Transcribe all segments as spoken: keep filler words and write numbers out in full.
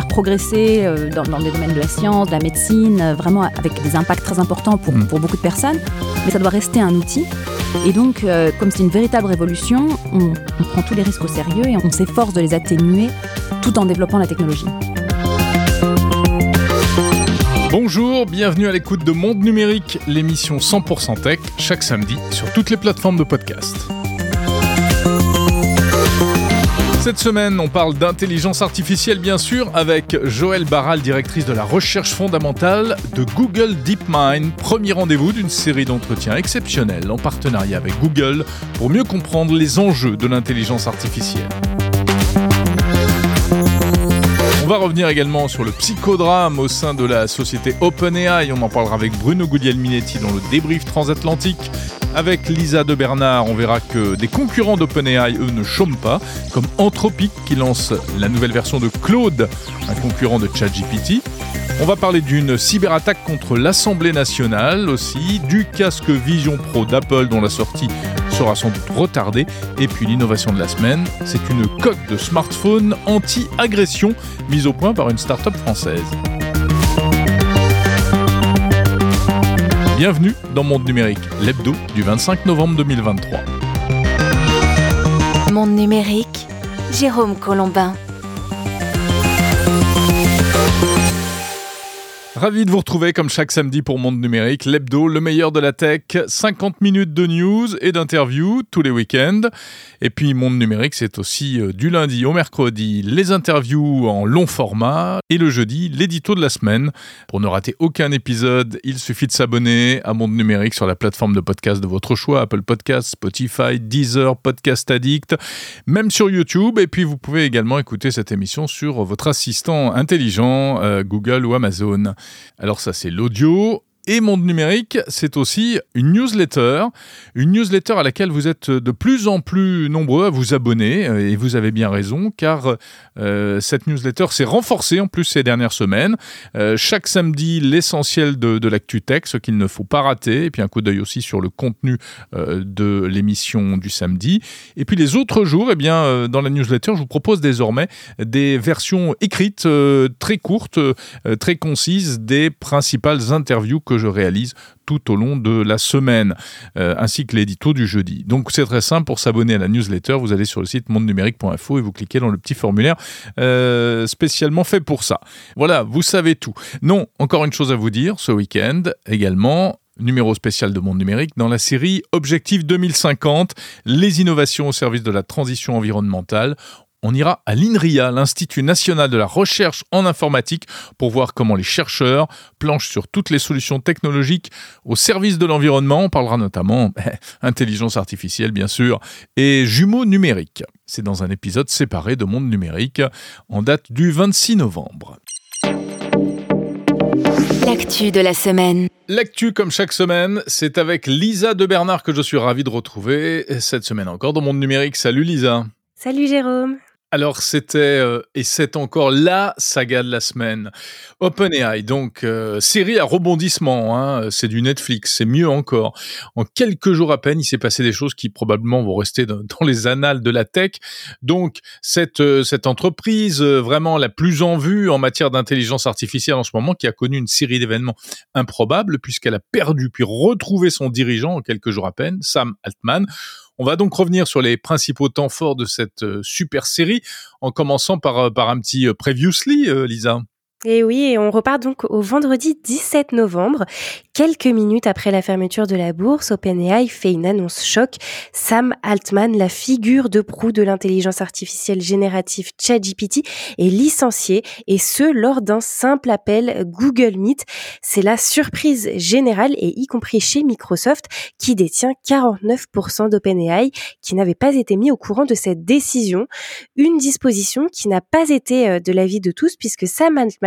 progresser euh, dans, dans des domaines de la science, de la médecine, euh, vraiment avec des impacts très importants pour, mmh. pour beaucoup de personnes, mais ça doit rester un outil. Et donc, euh, comme c'est une véritable révolution, on, on prend tous les risques au sérieux et on s'efforce de les atténuer tout en développant la technologie. Bonjour, bienvenue à l'écoute de Monde Numérique, l'émission cent pour cent tech, chaque samedi sur toutes les plateformes de podcast. Cette semaine, on parle d'intelligence artificielle bien sûr avec Joëlle Barral, directrice de la recherche fondamentale de Google DeepMind. Premier rendez-vous d'une série d'entretiens exceptionnels en partenariat avec Google pour mieux comprendre les enjeux de l'intelligence artificielle. On va revenir également sur le psychodrame au sein de la société OpenAI. On en parlera avec Bruno Guglielminetti dans le débrief transatlantique. Avec Lisa de Bernard, on verra que des concurrents d'OpenAI, eux, ne chôment pas, comme Anthropic qui lance la nouvelle version de Claude, un concurrent de ChatGPT. On va parler d'une cyberattaque contre l'Assemblée nationale aussi, du casque Vision Pro d'Apple dont la sortie sera sans doute retardée, et puis l'innovation de la semaine, c'est une coque de smartphone anti-agression mise au point par une start-up française. Bienvenue dans Monde Numérique, l'hebdo du vingt-cinq novembre deux mille vingt-trois. Monde Numérique, Jérôme Colombin. Ravi de vous retrouver comme chaque samedi pour Monde Numérique, l'hebdo, le meilleur de la tech, cinquante minutes de news et d'interviews tous les week-ends. Et puis Monde Numérique, c'est aussi euh, du lundi au mercredi, les interviews en long format et le jeudi, l'édito de la semaine. Pour ne rater aucun épisode, il suffit de s'abonner à Monde Numérique sur la plateforme de podcast de votre choix, Apple Podcasts, Spotify, Deezer, Podcast Addict, même sur YouTube. Et puis vous pouvez également écouter cette émission sur votre assistant intelligent, euh, Google ou Amazon. Alors ça, c'est l'audio. Et Monde Numérique, c'est aussi une newsletter, une newsletter à laquelle vous êtes de plus en plus nombreux à vous abonner, et vous avez bien raison, car euh, cette newsletter s'est renforcée en plus ces dernières semaines. Euh, chaque samedi, l'essentiel de, de l'actu tech, ce qu'il ne faut pas rater, et puis un coup d'œil aussi sur le contenu euh, de l'émission du samedi. Et puis les autres jours, eh bien, euh, dans la newsletter, je vous propose désormais des versions écrites euh, très courtes, euh, très concises, des principales interviews que je réalise tout au long de la semaine, euh, ainsi que l'édito du jeudi. Donc c'est très simple, pour s'abonner à la newsletter, vous allez sur le site monde numérique point info et vous cliquez dans le petit formulaire euh, spécialement fait pour ça. Voilà, vous savez tout. Non, encore une chose à vous dire, ce week-end également, numéro spécial de Monde Numérique dans la série Objectif deux mille cinquante, les innovations au service de la transition environnementale. On ira à l'INRIA, l'Institut national de la recherche en informatique, pour voir comment les chercheurs planchent sur toutes les solutions technologiques au service de l'environnement. On parlera notamment eh, intelligence artificielle, bien sûr, et jumeaux numériques. C'est dans un épisode séparé de Monde Numérique, en date du vingt-six novembre. L'actu de la semaine. L'actu, comme chaque semaine, c'est avec Lisa de Bernard que je suis ravi de retrouver cette semaine encore dans Monde Numérique. Salut Lisa. Salut Jérôme. Alors, c'était euh, et c'est encore la saga de la semaine. OpenAI, donc, euh, série à rebondissement, hein, c'est du Netflix, c'est mieux encore. En quelques jours à peine, il s'est passé des choses qui probablement vont rester dans, dans les annales de la tech. Donc, cette, euh, cette entreprise, euh, vraiment la plus en vue en matière d'intelligence artificielle en ce moment, qui a connu une série d'événements improbables, puisqu'elle a perdu puis retrouvé son dirigeant en quelques jours à peine, Sam Altman. On va donc revenir sur les principaux temps forts de cette euh, super série, en commençant par, par un petit euh, previously, euh, Lisa. Et oui, et on repart donc au vendredi dix-sept novembre. Quelques minutes après la fermeture de la bourse, OpenAI fait une annonce choc. Sam Altman, la figure de proue de l'intelligence artificielle générative ChatGPT, est licencié, et ce, lors d'un simple appel Google Meet. C'est la surprise générale, et y compris chez Microsoft, qui détient quarante-neuf pour cent d'OpenAI, qui n'avait pas été mis au courant de cette décision. Une disposition qui n'a pas été de l'avis de tous, puisque Sam Altman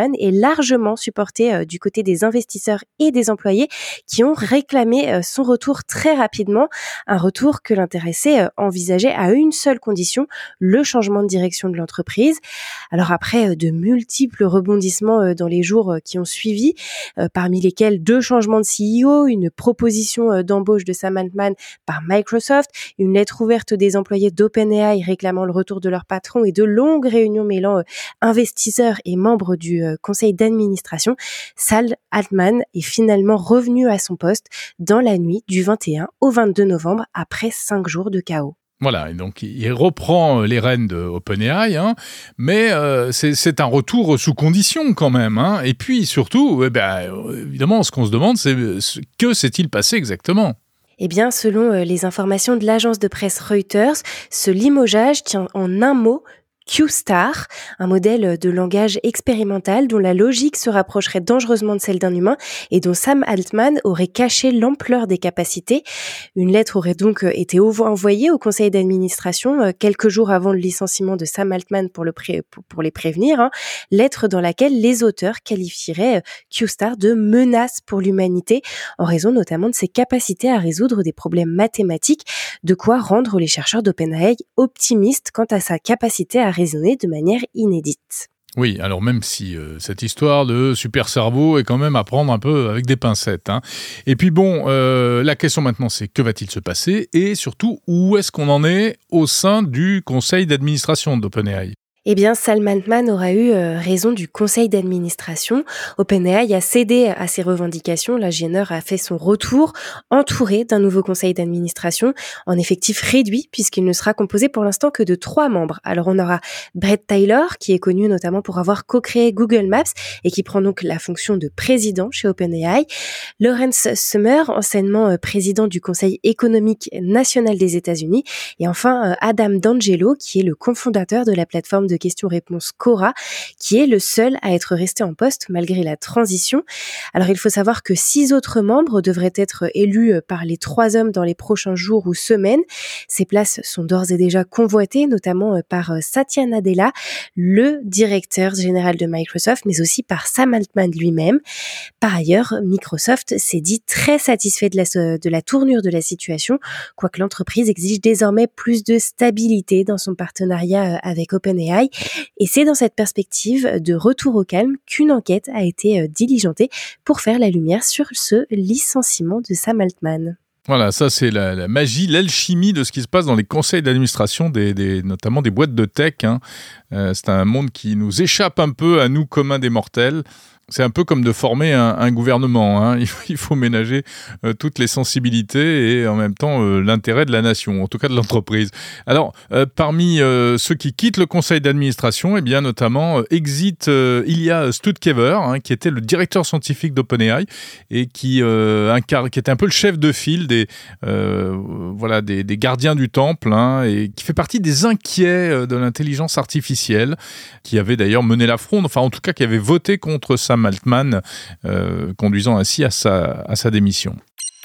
Altman est largement supporté euh, du côté des investisseurs et des employés qui ont réclamé euh, son retour très rapidement, un retour que l'intéressé euh, envisageait à une seule condition, le changement de direction de l'entreprise. Alors après euh, de multiples rebondissements euh, dans les jours euh, qui ont suivi, euh, parmi lesquels deux changements de C E O, une proposition euh, d'embauche de Sam Altman par Microsoft, une lettre ouverte des employés d'OpenAI réclamant le retour de leur patron et de longues réunions mêlant euh, investisseurs et membres du euh, conseil d'administration, Sam Altman est finalement revenu à son poste dans la nuit du vingt et un au vingt-deux novembre après cinq jours de chaos. Voilà, et donc il reprend les rênes de OpenAI, hein, mais euh, c'est, c'est un retour sous condition quand même. Hein, et puis surtout, eh ben, évidemment, ce qu'on se demande, c'est que s'est-il passé exactement ? Eh bien, selon les informations de l'agence de presse Reuters, ce limogeage tient en un mot Q-Star, un modèle de langage expérimental dont la logique se rapprocherait dangereusement de celle d'un humain et dont Sam Altman aurait caché l'ampleur des capacités. Une lettre aurait donc été envoyée au conseil d'administration quelques jours avant le licenciement de Sam Altman pour, le pré- pour les prévenir, hein, lettre dans laquelle les auteurs qualifieraient Q-Star de menace pour l'humanité en raison notamment de ses capacités à résoudre des problèmes mathématiques, de quoi rendre les chercheurs d'OpenAI optimistes quant à sa capacité à raisonner de manière inédite. Oui, alors même si euh, cette histoire de super cerveau est quand même à prendre un peu avec des pincettes. Hein. Et puis bon, euh, la question maintenant c'est que va-t-il se passer et surtout où est-ce qu'on en est au sein du conseil d'administration d'OpenAI ? Eh bien, Sam Altman aura eu euh, raison du conseil d'administration. OpenAI a cédé à ses revendications. La G N R a fait son retour, entouré d'un nouveau conseil d'administration, en effectif réduit, puisqu'il ne sera composé pour l'instant que de trois membres. Alors, on aura Bret Taylor, qui est connu notamment pour avoir co-créé Google Maps et qui prend donc la fonction de président chez OpenAI. Lawrence Summers, anciennement euh, président du Conseil économique national des États-Unis. Et enfin, euh, Adam D'Angelo, qui est le cofondateur de la plateforme de questions-réponses Quora, qui est le seul à être resté en poste malgré la transition. Alors, il faut savoir que six autres membres devraient être élus par les trois hommes dans les prochains jours ou semaines. Ces places sont d'ores et déjà convoitées, notamment par Satya Nadella, le directeur général de Microsoft, mais aussi par Sam Altman lui-même. Par ailleurs, Microsoft s'est dit très satisfait de la, de la tournure de la situation, quoique l'entreprise exige désormais plus de stabilité dans son partenariat avec OpenAI. Et c'est dans cette perspective de retour au calme qu'une enquête a été diligentée pour faire la lumière sur ce licenciement de Sam Altman. Voilà, ça c'est la, la magie, l'alchimie de ce qui se passe dans les conseils d'administration, des, des, notamment des boîtes de tech. Hein. Euh, c'est un monde qui nous échappe un peu à nous communs des mortels. C'est un peu comme de former un, un gouvernement. Hein. Il, faut, il faut ménager euh, toutes les sensibilités et en même temps euh, l'intérêt de la nation, en tout cas de l'entreprise. Alors, euh, parmi euh, ceux qui quittent le conseil d'administration, eh bien notamment euh, exit euh, Ilya Sutskever, hein, qui était le directeur scientifique d'OpenAI et qui, euh, incarne, qui était un peu le chef de file des, euh, voilà, des, des gardiens du temple, hein, et qui fait partie des inquiets de l'intelligence artificielle, qui avait d'ailleurs mené la fronde, enfin en tout cas qui avait voté contre Sam Altman, euh, conduisant ainsi à sa, à sa démission.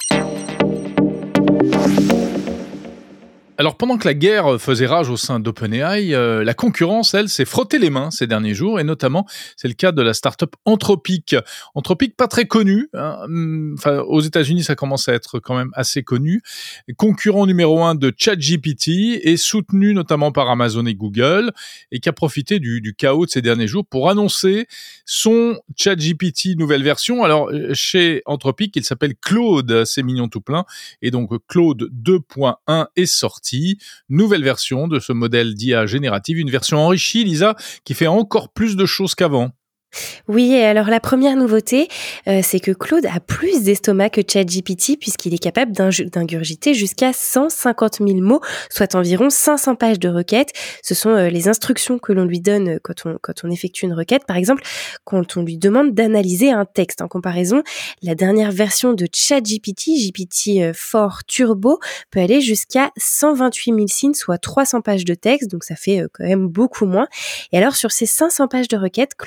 Alors, pendant que la guerre faisait rage au sein d'OpenAI, euh, la concurrence, elle, s'est frotté les mains ces derniers jours, et notamment, c'est le cas de la start-up Anthropic. Anthropic, pas très connue, hein, enfin, aux États-Unis, ça commence à être quand même assez connu. Concurrent numéro un de ChatGPT, et soutenu notamment par Amazon et Google, et qui a profité du, du chaos de ces derniers jours pour annoncer son ChatGPT nouvelle version. Alors, chez Anthropic, il s'appelle Claude, c'est mignon tout plein, et donc Claude deux point un est sorti. Nouvelle version de ce modèle d'I A générative, une version enrichie, Lisa, qui fait encore plus de choses qu'avant. Oui, et alors la première nouveauté, euh, c'est que Claude a plus d'estomac que ChatGPT puisqu'il est capable d'ingurgiter jusqu'à cent cinquante mille mots, soit environ cinq cents pages de requêtes. Ce sont euh, les instructions que l'on lui donne quand on, quand on effectue une requête. Par exemple, quand on lui demande d'analyser un texte. En comparaison, la dernière version de ChatGPT, G P T quatre Turbo, peut aller jusqu'à cent vingt-huit mille signes, soit trois cents pages de texte, donc ça fait euh, quand même beaucoup moins. Et alors, sur ces cinq cents pages de requêtes, Claude peut effectuer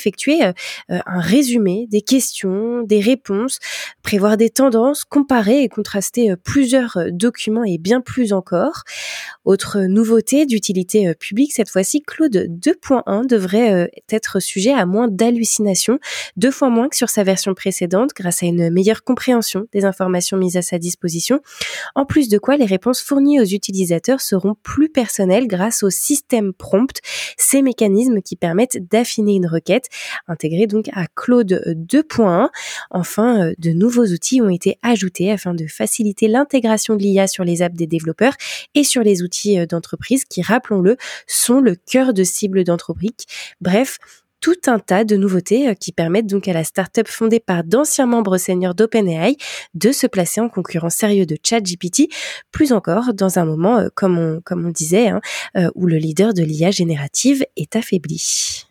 effectuer euh, un résumé des questions, des réponses, prévoir des tendances, comparer et contraster euh, plusieurs euh, documents et bien plus encore. Autre nouveauté d'utilité euh, publique, cette fois-ci, Claude deux point un devrait euh, être sujet à moins d'hallucinations, deux fois moins que sur sa version précédente, grâce à une meilleure compréhension des informations mises à sa disposition. En plus de quoi, les réponses fournies aux utilisateurs seront plus personnelles grâce au système prompt, ces mécanismes qui permettent d'affiner une requête, intégrés donc à Claude deux point un. Enfin, de nouveaux outils ont été ajoutés afin de faciliter l'intégration de l'I A sur les apps des développeurs et sur les outils d'entreprise qui, rappelons-le, sont le cœur de cible d'entreprise. Bref, tout un tas de nouveautés qui permettent donc à la start-up fondée par d'anciens membres seniors d'OpenAI de se placer en concurrent sérieux de ChatGPT, plus encore dans un moment, comme on, comme on disait, hein, où le leader de l'I A générative est affaibli.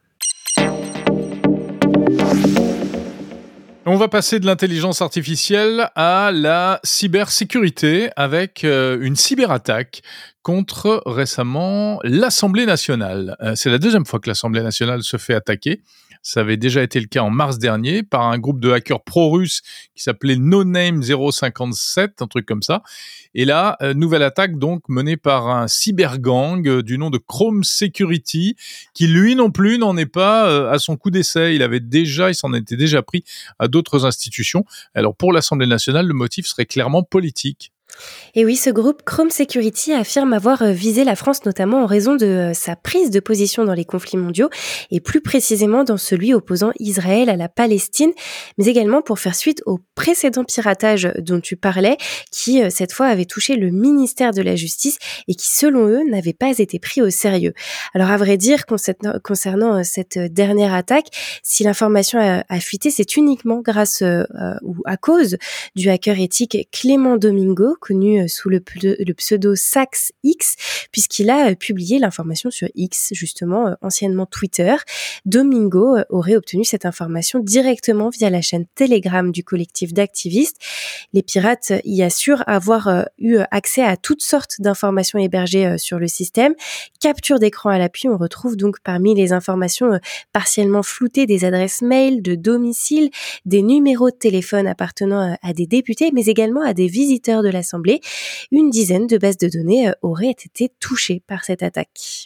On va passer de l'intelligence artificielle à la cybersécurité avec euh, une cyberattaque contre récemment l'Assemblée nationale. Euh, c'est la deuxième fois que l'Assemblée nationale se fait attaquer. Ça avait déjà été le cas en mars dernier par un groupe de hackers pro-russes qui s'appelait No Name zéro cinquante-sept, un truc comme ça. Et là, euh, nouvelle attaque donc menée par un cybergang euh, du nom de Chrome Security, qui lui non plus n'en est pas euh, à son coup d'essai. Il avait déjà, il s'en était déjà pris à d'autres institutions. Alors pour l'Assemblée nationale, le motif serait clairement politique. Et oui, ce groupe Chrome Security affirme avoir visé la France notamment en raison de sa prise de position dans les conflits mondiaux et plus précisément dans celui opposant Israël à la Palestine, mais également pour faire suite au précédent piratage dont tu parlais, qui cette fois avait touché le ministère de la Justice et qui selon eux n'avait pas été pris au sérieux. Alors à vrai dire, concernant cette dernière attaque, si l'information a, a fuité, c'est uniquement grâce euh, ou à cause du hacker éthique Clément Domingo, connu sous le, le pseudo Sax X, puisqu'il a publié l'information sur X, justement, anciennement Twitter. Domingo aurait obtenu cette information directement via la chaîne Telegram du collectif d'activistes. Les pirates y assurent avoir eu accès à toutes sortes d'informations hébergées sur le système. Capture d'écran à l'appui, on retrouve donc parmi les informations partiellement floutées des adresses mail, de domicile, des numéros de téléphone appartenant à des députés, mais également à des visiteurs de l'Assemblée. Une dizaine de bases de données auraient été touchées par cette attaque.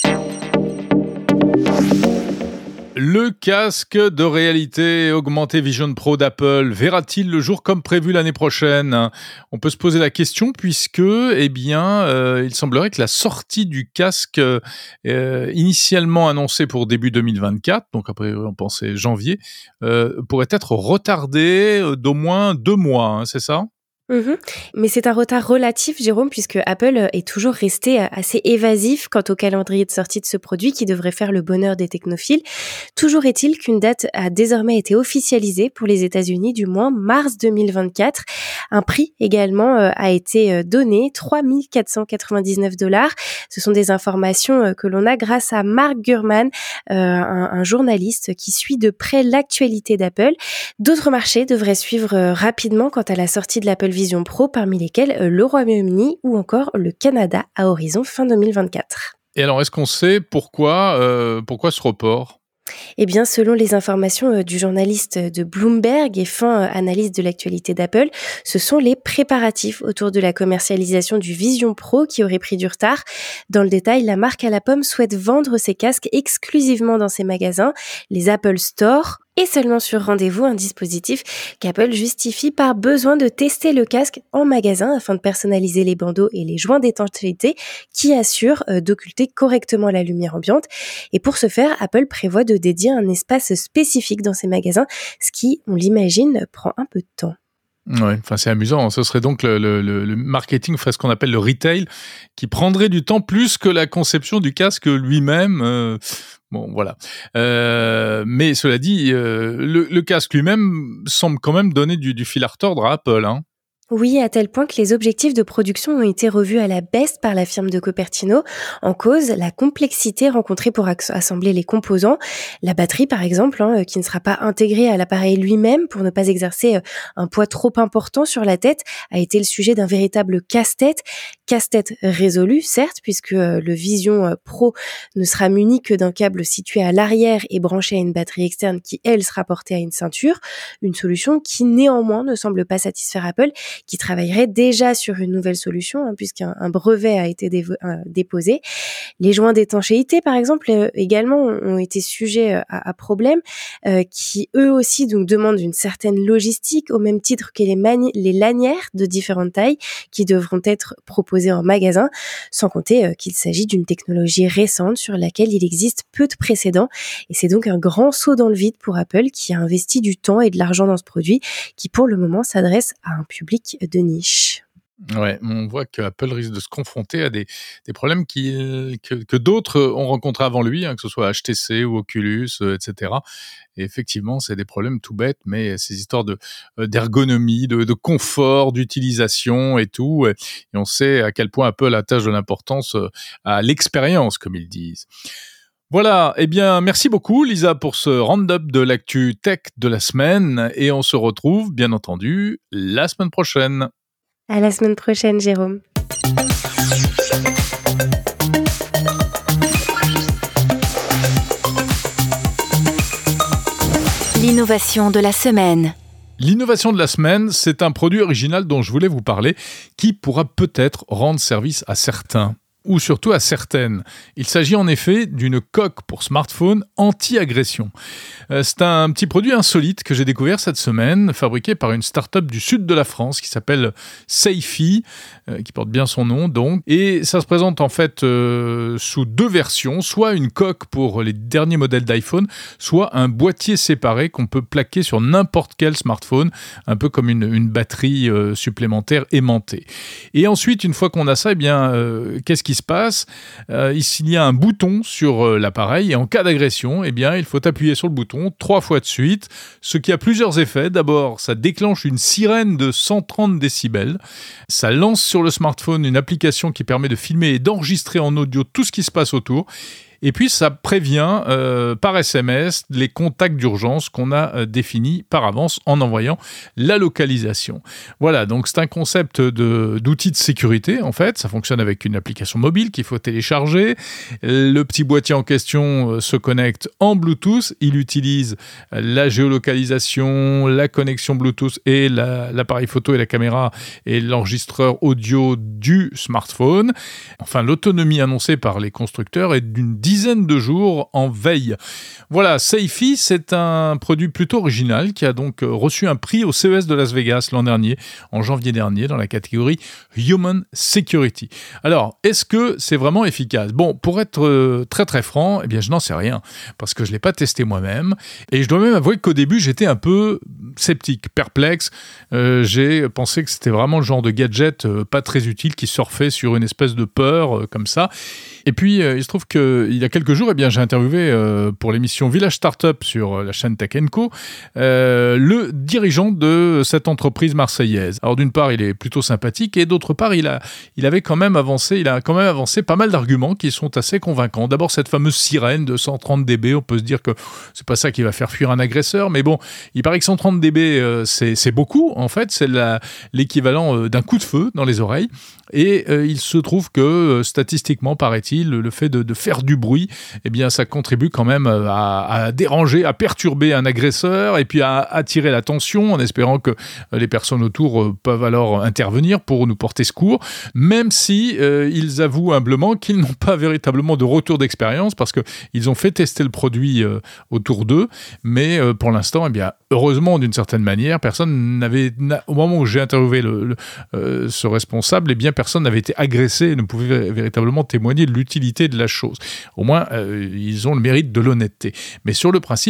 Le casque de réalité augmentée Vision Pro d'Apple verra-t-il le jour comme prévu l'année prochaine ? On peut se poser la question puisque, eh bien, euh, il semblerait que la sortie du casque euh, initialement annoncée pour début deux mille vingt-quatre, donc après on pensait janvier, euh, pourrait être retardée d'au moins deux mois, hein, c'est ça ? Mmh. Mais c'est un retard relatif, Jérôme, puisque Apple est toujours resté assez évasif quant au calendrier de sortie de ce produit qui devrait faire le bonheur des technophiles. Toujours est-il qu'une date a désormais été officialisée pour les États-Unis, du moins mars deux mille vingt-quatre. Un prix également a été donné, trois mille quatre cent quatre-vingt-dix-neuf dollars. Ce sont des informations que l'on a grâce à Mark Gurman, euh, un, un journaliste qui suit de près l'actualité d'Apple. D'autres marchés devraient suivre rapidement quant à la sortie de l'Apple Vision Pro, parmi lesquels le Royaume-Uni ou encore le Canada à horizon fin deux mille vingt-quatre. Et alors, est-ce qu'on sait pourquoi, euh, pourquoi ce report ? Eh bien, selon les informations du journaliste de Bloomberg et fin analyse de l'actualité d'Apple, ce sont les préparatifs autour de la commercialisation du Vision Pro qui auraient pris du retard. Dans le détail, la marque à la pomme souhaite vendre ses casques exclusivement dans ses magasins, les Apple Store, et seulement sur rendez-vous, un dispositif qu'Apple justifie par besoin de tester le casque en magasin afin de personnaliser les bandeaux et les joints d'étanchéité qui assurent euh, d'occulter correctement la lumière ambiante. Et pour ce faire, Apple prévoit de dédier un espace spécifique dans ses magasins, ce qui, on l'imagine, prend un peu de temps. Ouais, enfin c'est amusant. Ce serait donc le, le, le marketing, enfin ce qu'on appelle le retail, qui prendrait du temps plus que la conception du casque lui-même. Euh, bon, voilà. Euh, mais cela dit, euh, le, le casque lui-même semble quand même donner du, du fil à retordre à Apple, hein. Oui, à tel point que les objectifs de production ont été revus à la baisse par la firme de Cupertino. En cause, la complexité rencontrée pour assembler les composants. La batterie, par exemple, hein, qui ne sera pas intégrée à l'appareil lui-même pour ne pas exercer un poids trop important sur la tête, a été le sujet d'un véritable casse-tête. Casse-tête résolu, certes, puisque le Vision Pro ne sera muni que d'un câble situé à l'arrière et branché à une batterie externe qui, elle, sera portée à une ceinture. Une solution qui, néanmoins, ne semble pas satisfaire Apple, qui travaillerait déjà sur une nouvelle solution, hein, puisqu'un un brevet a été dévo- euh, déposé. Les joints d'étanchéité, par exemple, euh, également ont été sujets à, à problème, euh, qui eux aussi donc demandent une certaine logistique, au même titre que les, mani- les lanières de différentes tailles qui devront être proposées en magasin, sans compter euh, qu'il s'agit d'une technologie récente sur laquelle il existe peu de précédents. Et c'est donc un grand saut dans le vide pour Apple, qui a investi du temps et de l'argent dans ce produit, qui pour le moment s'adresse à un public de niche. Ouais, on voit qu'Apple risque de se confronter à des, des problèmes qui, que, que d'autres ont rencontrés avant lui, hein, que ce soit H T C ou Oculus, euh, et cetera. Et effectivement, c'est des problèmes tout bêtes, mais ces histoires de d'ergonomie, de, de confort, d'utilisation et tout. Et on sait à quel point Apple attache de l'importance à l'expérience, comme ils disent. Voilà, eh bien, merci beaucoup Lisa pour ce round-up de l'actu tech de la semaine et on se retrouve, bien entendu, la semaine prochaine. À la semaine prochaine, Jérôme. L'innovation de la semaine. L'innovation de la semaine, c'est un produit original dont je voulais vous parler qui pourra peut-être rendre service à certains. Ou surtout à certaines. Il s'agit en effet d'une coque pour smartphone anti-agression. Euh, c'est un petit produit insolite que j'ai découvert cette semaine, fabriqué par une start-up du sud de la France qui s'appelle Safey, euh, qui porte bien son nom donc. Et ça se présente en fait euh, sous deux versions, soit une coque pour les derniers modèles d'iPhone, soit un boîtier séparé qu'on peut plaquer sur n'importe quel smartphone, un peu comme une, une batterie euh, supplémentaire aimantée. Et ensuite, une fois qu'on a ça, eh bien, euh, qu'est-ce qui se passe ? euh, Il y a un bouton sur euh, l'appareil et en cas d'agression, eh bien, il faut appuyer sur le bouton trois fois de suite, ce qui a plusieurs effets. D'abord, ça déclenche une sirène de cent trente décibels. Ça lance sur le smartphone une application qui permet de filmer et d'enregistrer en audio tout ce qui se passe autour. Et puis, ça prévient euh, par S M S les contacts d'urgence qu'on a euh, définis par avance en envoyant la localisation. Voilà, donc c'est un concept de, d'outil de sécurité, en fait. Ça fonctionne avec une application mobile qu'il faut télécharger. Le petit boîtier en question euh, se connecte en Bluetooth. Il utilise la géolocalisation, la connexion Bluetooth et la, l'appareil photo et la caméra et l'enregistreur audio du smartphone. Enfin, l'autonomie annoncée par les constructeurs est d'une dizaine de jours en veille. Voilà, Safey, c'est un produit plutôt original qui a donc reçu un prix au C E S de Las Vegas l'an dernier, en janvier dernier, dans la catégorie Human Security. Alors, est-ce que c'est vraiment efficace ? Bon, pour être très très franc, eh bien, je n'en sais rien, parce que je ne l'ai pas testé moi-même, et je dois même avouer qu'au début, j'étais un peu sceptique, perplexe. Euh, j'ai pensé que c'était vraiment le genre de gadget euh, pas très utile qui surfait sur une espèce de peur euh, comme ça. Et puis, euh, il se trouve qu'il y a quelques jours, eh bien, j'ai interviewé euh, pour l'émission Village Startup sur euh, la chaîne Tech and Co euh, le dirigeant de cette entreprise marseillaise. Alors, d'une part, il est plutôt sympathique et d'autre part, il a, il avait quand même avancé, il a quand même avancé pas mal d'arguments qui sont assez convaincants. D'abord, cette fameuse sirène de cent trente décibels, on peut se dire que c'est pas ça qui va faire fuir un agresseur, mais bon, il paraît que cent trente décibels, euh, c'est, c'est beaucoup, en fait, c'est la, l'équivalent euh, d'un coup de feu dans les oreilles. Et euh, il se trouve que, euh, statistiquement, paraît-il, le fait de, de faire du bruit, eh bien, ça contribue quand même à, à déranger, à perturber un agresseur et puis à attirer l'attention en espérant que les personnes autour euh, peuvent alors intervenir pour nous porter secours, même si euh, ils avouent humblement qu'ils n'ont pas véritablement de retour d'expérience parce qu'ils ont fait tester le produit euh, autour d'eux, mais euh, pour l'instant, eh bien, heureusement, d'une certaine manière, personne n'avait, au moment où j'ai interviewé le, le, euh, ce responsable, eh bien, personne n'avait été agressé et ne pouvait véritablement témoigner de l'utilité de la chose. Au moins, euh, ils ont le mérite de l'honnêteté. Mais sur le principe, ça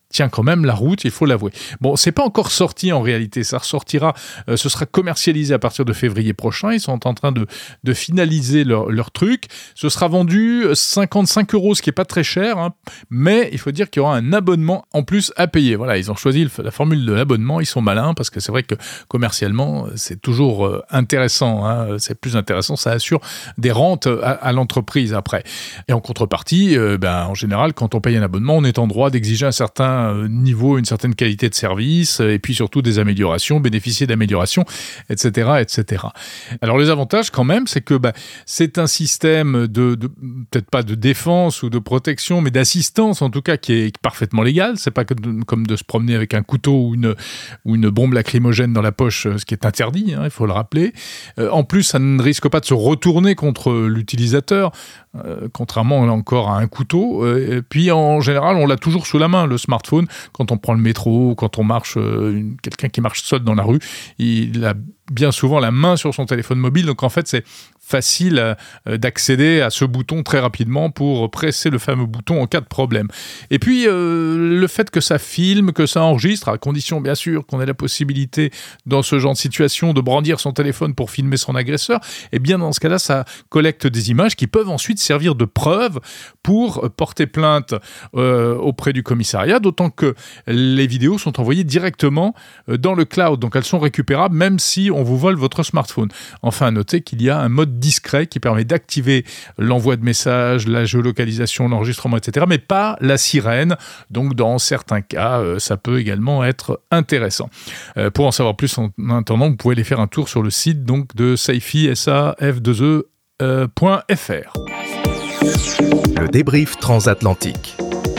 tient quand même la route, il faut l'avouer. Bon, c'est pas encore sorti en réalité, ça ressortira, euh, ce sera commercialisé à partir de février prochain, ils sont en train de, de finaliser leur, leur truc, ce sera vendu cinquante-cinq euros, ce qui est pas très cher, hein, mais il faut dire qu'il y aura un abonnement en plus à payer. Voilà, ils ont choisi le, la formule de l'abonnement, ils sont malins, parce que c'est vrai que commercialement, c'est toujours euh, intéressant, hein, c'est plus intéressant, ça assure des rentes à, à l'entreprise après. Et en contrepartie, euh, ben, en général, quand on paye un abonnement, on est en droit d'exiger un certain niveau, une certaine qualité de service, et puis surtout des améliorations, bénéficier d'améliorations, et cetera, et cetera. Alors les avantages quand même, c'est que bah, c'est un système de, de peut-être pas de défense ou de protection, mais d'assistance en tout cas qui est parfaitement légal. C'est pas que de, comme de se promener avec un couteau ou une, ou une bombe lacrymogène dans la poche, ce qui est interdit, hein, il faut le rappeler. Euh, en plus, ça ne risque pas de se retourner contre l'utilisateur, euh, contrairement là encore à un couteau. Euh, et puis en général, on l'a toujours sous la main, le smartphone. Quand on prend le métro, quand on marche, euh, une, quelqu'un qui marche seul dans la rue, il a bien souvent la main sur son téléphone mobile. Donc en fait, c'est facile euh, d'accéder à ce bouton très rapidement pour presser le fameux bouton en cas de problème. Et puis, euh, le fait que ça filme, que ça enregistre, à condition bien sûr qu'on ait la possibilité dans ce genre de situation de brandir son téléphone pour filmer son agresseur, et bien dans ce cas-là, ça collecte des images qui peuvent ensuite servir de preuve pour porter plainte euh, auprès du commissariat, d'autant que les vidéos sont envoyées directement dans le cloud, donc elles sont récupérables même si on vous vole votre smartphone. Enfin, à noter qu'il y a un mode discret qui permet d'activer l'envoi de messages, la géolocalisation, l'enregistrement, et cetera, mais pas la sirène. Donc, dans certains cas, euh, ça peut également être intéressant. Euh, pour en savoir plus, en attendant, vous pouvez aller faire un tour sur le site donc, de Safi, S A F deux E point F R. Le débrief transatlantique.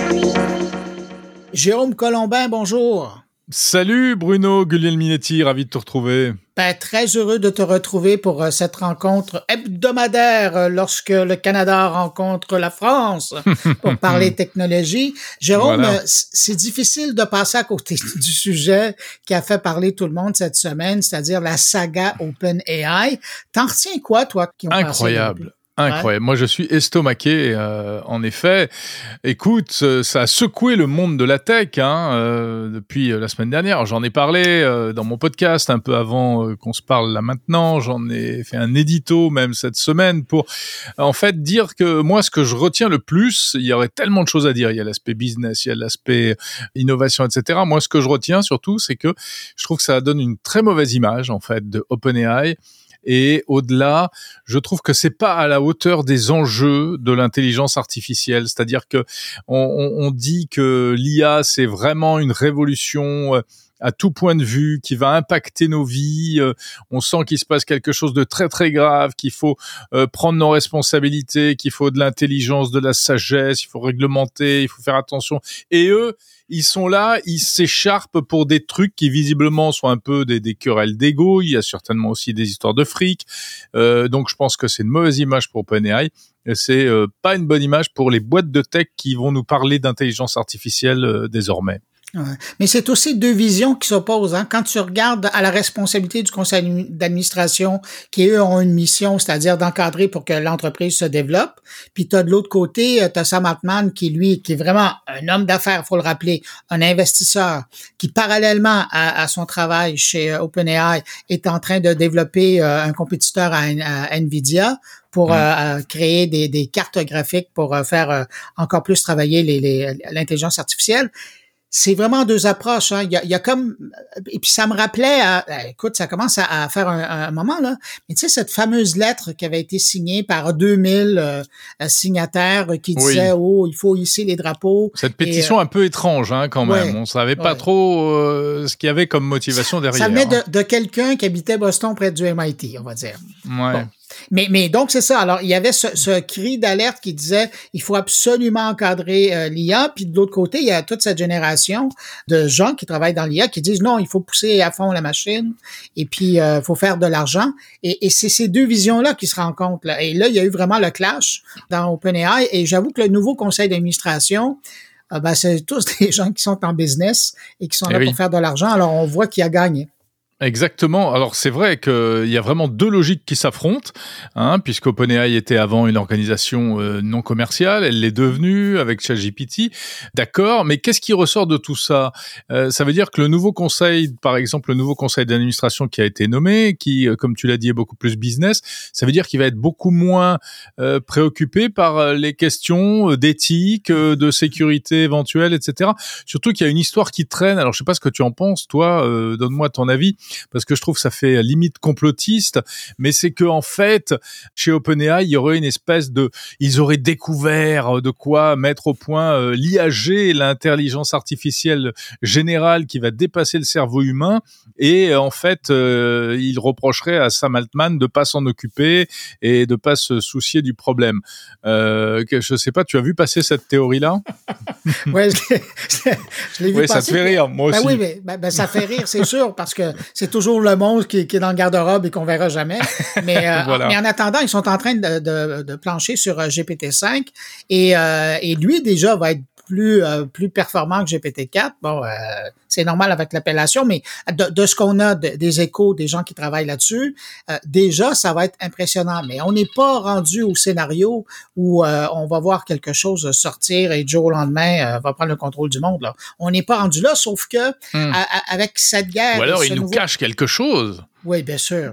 Jérôme Colombin, bonjour. Salut Bruno Guglielminetti, ravi de te retrouver. Ben, très heureux de te retrouver pour euh, cette rencontre hebdomadaire euh, lorsque le Canada rencontre la France pour parler technologie. Jérôme, voilà. euh, c'est difficile de passer à côté du sujet qui a fait parler tout le monde cette semaine, c'est-à-dire la saga OpenAI. T'en retiens quoi, toi, qui ont Incroyable. passé Incroyable. Ouais. Moi, je suis estomaqué, euh, en effet. Écoute, ça a secoué le monde de la tech hein, euh, depuis la semaine dernière. J'en ai parlé euh, dans mon podcast un peu avant euh, qu'on se parle là maintenant. J'en ai fait un édito même cette semaine pour, en fait, dire que moi, ce que je retiens le plus, il y aurait tellement de choses à dire. Il y a l'aspect business, il y a l'aspect innovation, et cetera. Moi, ce que je retiens surtout, c'est que je trouve que ça donne une très mauvaise image, en fait, de OpenAI. Et au-delà, je trouve que c'est pas à la hauteur des enjeux de l'intelligence artificielle. C'est-à-dire que on, on, on dit que l'I A c'est vraiment une révolution à tout point de vue, qui va impacter nos vies. On sent qu'il se passe quelque chose de très très grave, qu'il faut euh, prendre nos responsabilités, qu'il faut de l'intelligence, de la sagesse, il faut réglementer, il faut faire attention. Et eux, ils sont là, ils s'écharpent pour des trucs qui visiblement sont un peu des, des querelles d'ego. Il y a certainement aussi des histoires de fric. Euh, donc je pense que c'est une mauvaise image pour OpenAI. Et c'est euh, pas une bonne image pour les boîtes de tech qui vont nous parler d'intelligence artificielle euh, désormais. Ouais. Mais c'est aussi deux visions qui s'opposent. Hein. Quand tu regardes à la responsabilité du conseil d'administration, qui eux ont une mission, c'est-à-dire d'encadrer pour que l'entreprise se développe, puis tu as de l'autre côté, tu as Sam Altman qui, lui, qui est vraiment un homme d'affaires, faut le rappeler, un investisseur, qui parallèlement à, à son travail chez OpenAI est en train de développer euh, un compétiteur à, à Nvidia pour mmh. euh, créer des, des cartes graphiques pour euh, faire euh, encore plus travailler les, les, l'intelligence artificielle. C'est vraiment deux approches. Hein. Il y a, il y a comme et puis ça me rappelait. À, écoute, ça commence à, à faire un, un moment là. Mais tu sais cette fameuse lettre qui avait été signée par deux mille euh, signataires qui disait oui. oh il faut hisser les drapeaux. Cette pétition et, euh, un peu étrange hein, quand même. Ouais, on savait pas ouais. trop euh, ce qu'il y avait comme motivation derrière. Ça venait hein. de, de quelqu'un qui habitait Boston près du M I T, on va dire. Ouais. Bon. Mais, mais donc, c'est ça. Alors, il y avait ce, ce cri d'alerte qui disait il faut absolument encadrer euh, l'I A. Puis de l'autre côté, il y a toute cette génération de gens qui travaillent dans l'I A qui disent non, il faut pousser à fond la machine et puis il euh, faut faire de l'argent. Et, et c'est ces deux visions-là qui se rencontrent. Là. Et là, il y a eu vraiment le clash dans OpenAI. Et j'avoue que le nouveau conseil d'administration, euh, ben, c'est tous des gens qui sont en business et qui sont et là oui. pour faire de l'argent. Alors, on voit qui a gagné. Exactement. Alors c'est vrai qu'il y a vraiment deux logiques qui s'affrontent, hein, puisque OpenAI était avant une organisation euh, non commerciale, elle l'est devenue avec ChatGPT. D'accord, mais qu'est-ce qui ressort de tout ça ? euh, Ça veut dire que le nouveau conseil, par exemple le nouveau conseil d'administration qui a été nommé, qui, euh, comme tu l'as dit, est beaucoup plus business, ça veut dire qu'il va être beaucoup moins euh, préoccupé par les questions d'éthique, euh, de sécurité éventuelle, et cetera. Surtout qu'il y a une histoire qui traîne. Alors je sais pas ce que tu en penses, toi. Euh, donne-moi ton avis. Parce que je trouve que ça fait limite complotiste, mais c'est que en fait, chez OpenAI, il y aurait une espèce de, ils auraient découvert de quoi mettre au point euh, l'I A G, l'intelligence artificielle générale qui va dépasser le cerveau humain, et en fait, euh, ils reprocheraient à Sam Altman de pas s'en occuper et de pas se soucier du problème. Euh, que, je sais pas, tu as vu passer cette théorie-là ? Ouais, je l'ai, je l'ai vu oui, passer. Ça te fait rire, moi aussi. Ben oui, mais ben, ben, ça fait rire, c'est sûr, parce que c'est toujours le monstre qui, qui est dans le garde-robe et qu'on verra jamais. Mais, euh, voilà. mais en attendant, ils sont en train de, de, de plancher sur G P T cinq et, euh, et lui, déjà, va être plus euh, plus performant que G P T quatre. Bon, euh, c'est normal avec l'appellation, mais de, de ce qu'on a, de, des échos des gens qui travaillent là-dessus, euh, déjà, ça va être impressionnant. Mais on n'est pas rendu au scénario où euh, on va voir quelque chose sortir et du jour au lendemain euh, va prendre le contrôle du monde. Là. On n'est pas rendu là, sauf que hum. à, à, avec cette guerre... Ou alors il nous nouveau... cache quelque chose. Oui, bien sûr.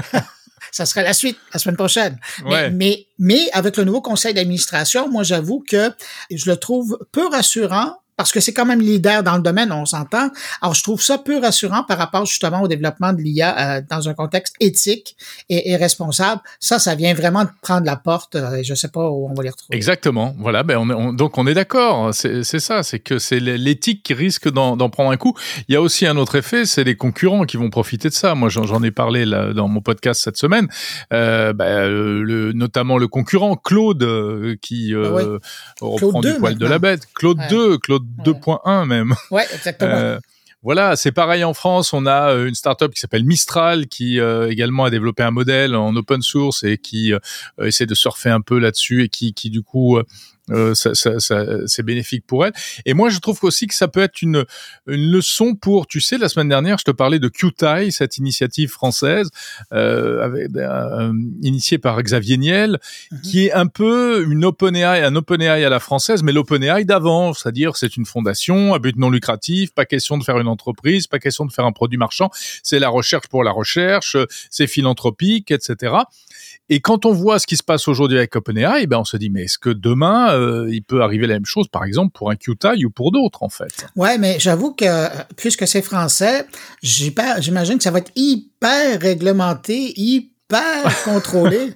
Ça serait la suite, la semaine prochaine. Ouais. Mais, mais, mais avec le nouveau conseil d'administration, moi, j'avoue que je le trouve peu rassurant parce que c'est quand même leader dans le domaine, on s'entend. Alors, je trouve ça peu rassurant par rapport justement au développement de l'I A euh, dans un contexte éthique et, et responsable. Ça, ça vient vraiment de prendre la porte. Euh, je sais pas où on va les retrouver. Exactement. Voilà. Ben, on, on, donc, on est d'accord. C'est, c'est ça. C'est que c'est l'éthique qui risque d'en, d'en prendre un coup. Il y a aussi un autre effet, c'est les concurrents qui vont profiter de ça. Moi, j'en, j'en ai parlé là, dans mon podcast cette semaine. Euh, ben, le, notamment le concurrent Claude, euh, qui euh, ah ouais. reprend Claude du deux, poil maintenant. de la bête. Claude ouais. deux, Claude ouais. deux point un même. Ouais, exactement. Euh, Voilà, c'est pareil en France. On a une startup qui s'appelle Mistral qui euh, également a développé un modèle en open source et qui euh, essaie de surfer un peu là-dessus et qui, qui du coup, euh, euh, ça, ça, ça, c'est bénéfique pour elle. Et moi, je trouve aussi que ça peut être une, une leçon pour, tu sais, la semaine dernière, je te parlais de QTI, cette initiative française euh, avec, euh, initiée par Xavier Niel, mm-hmm. qui est un peu une OpenAI, un OpenAI à la française, mais l'OpenAI d'avant, c'est-à-dire c'est une fondation à but non lucratif, pas question de faire une entreprise, pas question de faire un produit marchand, c'est la recherche pour la recherche, c'est philanthropique, et cetera. Et quand on voit ce qui se passe aujourd'hui avec OpenAI, ben on se dit, mais est-ce que demain, euh, il peut arriver la même chose, par exemple, pour un QTI ou pour d'autres, en fait? Ouais, mais j'avoue que, puisque c'est français, j'imagine que ça va être hyper réglementé, hyper contrôlé.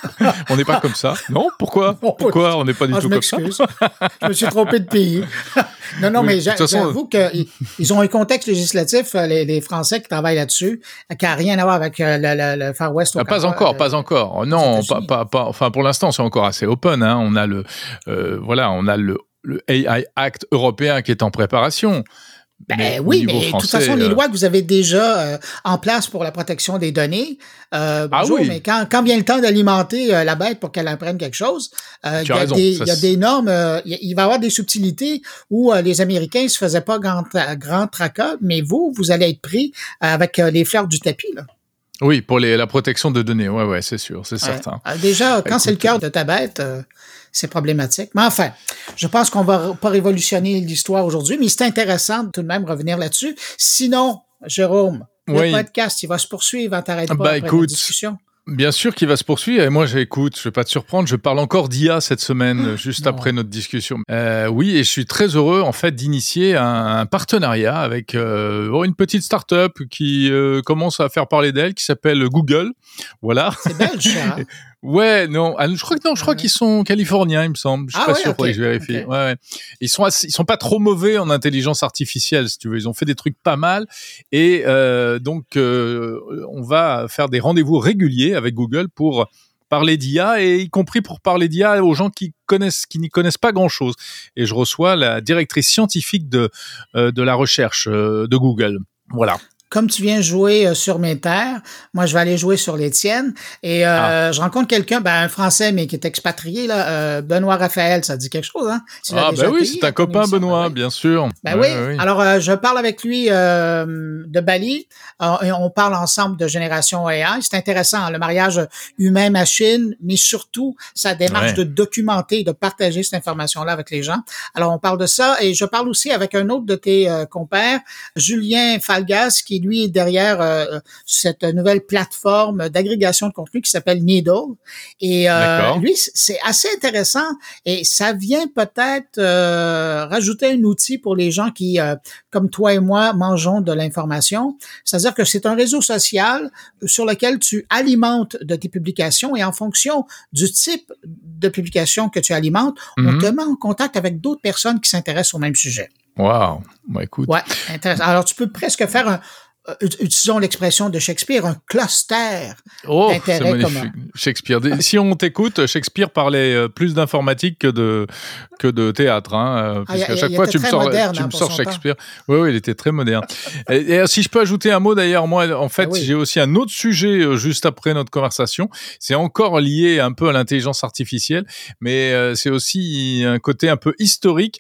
On n'est pas comme ça. Non? Pourquoi? Pourquoi on n'est pas du ah, tout comme ça? Je m'excuse. Je me suis trompé de pays. Non, non, oui, mais j'a, façon, j'avoue qu'ils ils ont un contexte législatif, les, les Français qui travaillent là-dessus, qui n'a rien à voir avec le, le, le Far West. Au ah, pas encore, euh, pas encore. Non, pas, pas, pas, enfin, pour l'instant, c'est encore assez open. Hein. On a le, euh, voilà, on a le, le A I Act européen qui est en préparation. Ben mais oui, mais français, de toute façon, les lois que vous avez déjà euh, en place pour la protection des données, euh, bonjour, ah oui. mais quand, quand vient le temps d'alimenter euh, la bête pour qu'elle apprenne quelque chose, euh, il y, a des, y a des normes, euh, il va y avoir des subtilités où euh, les Américains ne se faisaient pas grand, grand tracas, mais vous, vous allez être pris avec euh, les fleurs du tapis, là. Oui, pour les, la protection de données, ouais, ouais, c'est sûr, c'est ouais. certain. Euh, déjà, quand Écoute, c'est le cœur de ta bête, euh, c'est problématique. Mais enfin, je pense qu'on va pas révolutionner l'histoire aujourd'hui, mais c'est intéressant de tout de même revenir là-dessus. Sinon, Jérôme, oui. le podcast, il va se poursuivre, on t'arrête pas bah, après écoute, la discussion. Bien sûr qu'il va se poursuivre. Et moi, j'écoute, je vais pas te surprendre, je parle encore d'I A cette semaine, oh, juste non. après notre discussion. Euh, oui, et je suis très heureux, en fait, d'initier un, un partenariat avec euh, une petite start-up qui euh, commence à faire parler d'elle, qui s'appelle Google. Voilà. C'est belge, ça. Ouais, non, je crois que non, je crois ouais. qu'ils sont californiens, il me semble. Je suis ah pas ouais, sûr, okay. que je vérifie. Okay. Ouais, ouais. Ils sont assez, ils sont pas trop mauvais en intelligence artificielle, si tu veux. Ils ont fait des trucs pas mal, et euh, donc euh, on va faire des rendez-vous réguliers avec Google pour parler d'I A, et y compris pour parler d'I A aux gens qui connaissent, qui n'y connaissent pas grand-chose. Et je reçois la directrice scientifique de euh, de la recherche euh, de Google. Voilà. comme tu viens jouer euh, sur mes terres, moi, je vais aller jouer sur les tiennes. Et euh, ah. je rencontre quelqu'un, ben, un Français, mais qui est expatrié, là, euh, Benoît Raphaël, ça dit quelque chose, hein? Tu ah, ben oui, c'est un copain, Benoît, bien sûr. Ben ouais, oui. oui. Alors, euh, je parle avec lui euh, de Bali. Euh, et on parle ensemble de génération A I. C'est intéressant, hein, le mariage humain-machine, mais surtout, sa démarche ouais. de documenter et de partager cette information-là avec les gens. Alors, on parle de ça. Et je parle aussi avec un autre de tes euh, compères, Julien Falgas, qui, lui, est derrière euh, cette nouvelle plateforme d'agrégation de contenu qui s'appelle Needle. Et euh, lui, c'est assez intéressant. Et ça vient peut-être euh, rajouter un outil pour les gens qui, euh, comme toi et moi, mangeons de l'information. C'est-à-dire que c'est un réseau social sur lequel tu alimentes de tes publications et en fonction du type de publication que tu alimentes, mm-hmm. on te met en contact avec d'autres personnes qui s'intéressent au même sujet. Wow! Bah, écoute. Ouais, intéressant. Alors, tu peux presque faire un, utilisons l'expression de Shakespeare, un cluster oh, d'intérêts communs. Shakespeare. Si on t'écoute, Shakespeare parlait plus d'informatique que de que de théâtre, hein. Ah, à chaque fois, tu me sors, moderne, tu hein, me sors Shakespeare. Oui, oui, il était très moderne. et, et si je peux ajouter un mot, d'ailleurs, moi, en fait, ah, oui. j'ai aussi un autre sujet juste après notre conversation. C'est encore lié un peu à l'intelligence artificielle, mais euh, c'est aussi un côté un peu historique.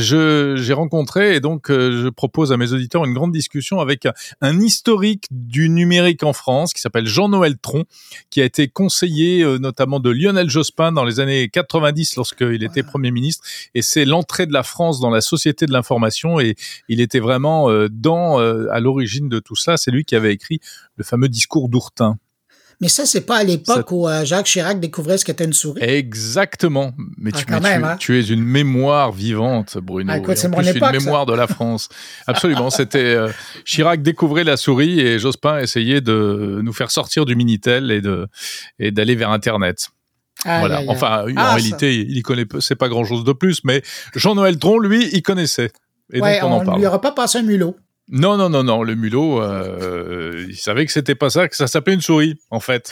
Je j'ai rencontré et donc euh, je propose à mes auditeurs une grande discussion avec un un historique du numérique en France qui s'appelle Jean-Noël Tron, qui a été conseiller euh, notamment de Lionel Jospin dans les années quatre-vingt-dix lorsqu'il était ouais. Premier ministre. Et c'est l'entrée de la France dans la société de l'information et il était vraiment euh, dans euh, à l'origine de tout cela. C'est lui qui avait écrit le fameux discours d'Ourtin. Mais ça, c'est pas à l'époque ça... où euh, Jacques Chirac découvrait ce qu'était une souris. Exactement. Mais, ah, tu, mais même, tu, hein? tu es une mémoire vivante, Bruno. Ah, écoute, c'est en mon plus, époque, une mémoire ça. de la France. Absolument. C'était euh, Chirac découvrait la souris et Jospin essayait de nous faire sortir du Minitel et de et d'aller vers Internet. Ah, voilà. aïe, aïe. Enfin, ah, en réalité, il y connaît peu, c'est pas grand chose de plus, mais Jean-Noël Tron, lui, il connaissait. Et ouais, donc on, on en parle. On lui aura pas passé un mulot. Non, non, non, non. Le mulot, euh, il savait que c'était pas ça, que ça s'appelait une souris, en fait.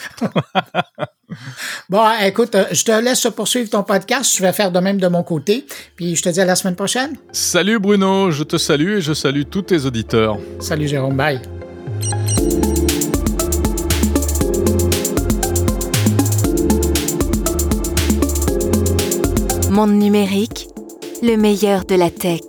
Bon, écoute, je te laisse poursuivre ton podcast. Je vais faire de même de mon côté. Puis je te dis à la semaine prochaine. Salut Bruno, je te salue et je salue tous tes auditeurs. Salut Jérôme, bye. Monde numérique, le meilleur de la tech.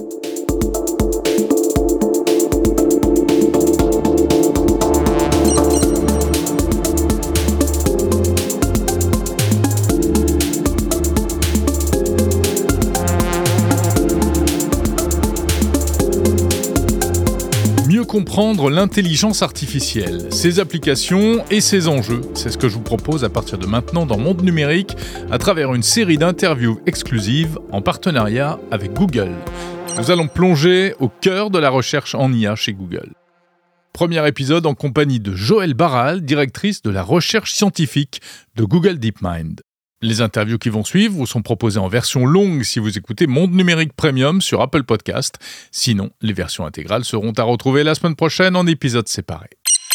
Comprendre l'intelligence artificielle, ses applications et ses enjeux. C'est ce que je vous propose à partir de maintenant dans Monde Numérique à travers une série d'interviews exclusives en partenariat avec Google. Nous allons plonger au cœur de la recherche en I A chez Google. Premier épisode en compagnie de Joëlle Barral, directrice de la recherche scientifique de Google DeepMind. Les interviews qui vont suivre vous sont proposées en version longue si vous écoutez Monde Numérique Premium sur Apple Podcast. Sinon, les versions intégrales seront à retrouver la semaine prochaine en épisodes séparés.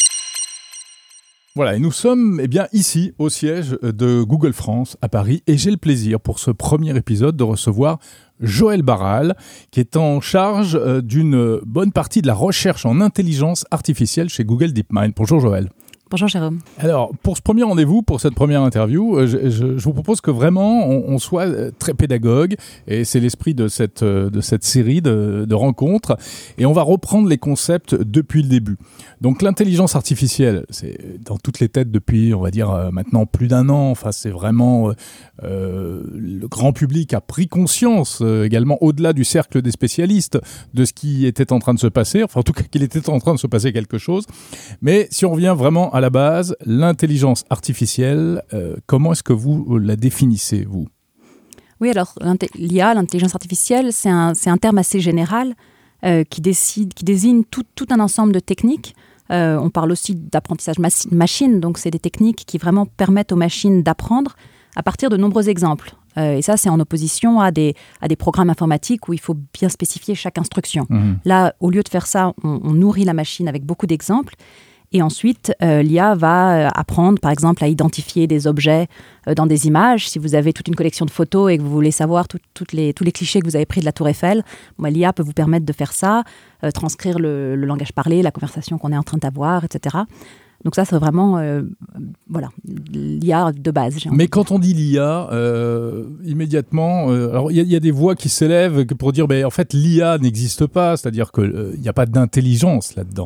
Voilà, et nous sommes eh bien, ici, au siège de Google France, à Paris, et j'ai le plaisir, pour ce premier épisode, de recevoir Joëlle Barral, qui est en charge d'une bonne partie de la recherche en intelligence artificielle chez Google DeepMind. Bonjour Joëlle. Bonjour Jérôme. Alors, pour ce premier rendez-vous, pour cette première interview, je, je, je vous propose que vraiment on, on soit très pédagogue, et c'est l'esprit de cette, de cette série de, de rencontres, et on va reprendre les concepts depuis le début. Donc l'intelligence artificielle, c'est dans toutes les têtes depuis, on va dire, maintenant plus d'un an. Enfin, c'est vraiment... Euh, le grand public a pris conscience, euh, également au-delà du cercle des spécialistes, de ce qui était en train de se passer, enfin en tout cas qu'il était en train de se passer quelque chose. Mais si on revient vraiment à la base, l'intelligence artificielle, euh, comment est-ce que vous la définissez, vous ? Oui, alors l'I A, l'intelligence artificielle, c'est un, c'est un terme assez général euh, qui, décide, qui désigne tout, tout un ensemble de techniques. Euh, on parle aussi d'apprentissage mas- machine, donc c'est des techniques qui vraiment permettent aux machines d'apprendre à partir de nombreux exemples. Euh, et ça, c'est en opposition à des, à des programmes informatiques où il faut bien spécifier chaque instruction. Mmh. Là, au lieu de faire ça, on, on nourrit la machine avec beaucoup d'exemples. Et ensuite, euh, l'I A va apprendre, par exemple, à identifier des objets euh, dans des images. Si vous avez toute une collection de photos et que vous voulez savoir tout, toutes les, tous les clichés que vous avez pris de la Tour Eiffel, bon, l'I A peut vous permettre de faire ça, euh, transcrire le, le langage parlé, la conversation qu'on est en train d'avoir, et cetera. Donc ça, c'est vraiment euh, voilà, l'I A de base. Mais quand on dit l'I A, euh, immédiatement, euh, alors il y, y a des voix qui s'élèvent pour dire, ben, en fait, l'I A n'existe pas, c'est-à-dire qu'il n'y euh, a pas d'intelligence là-dedans.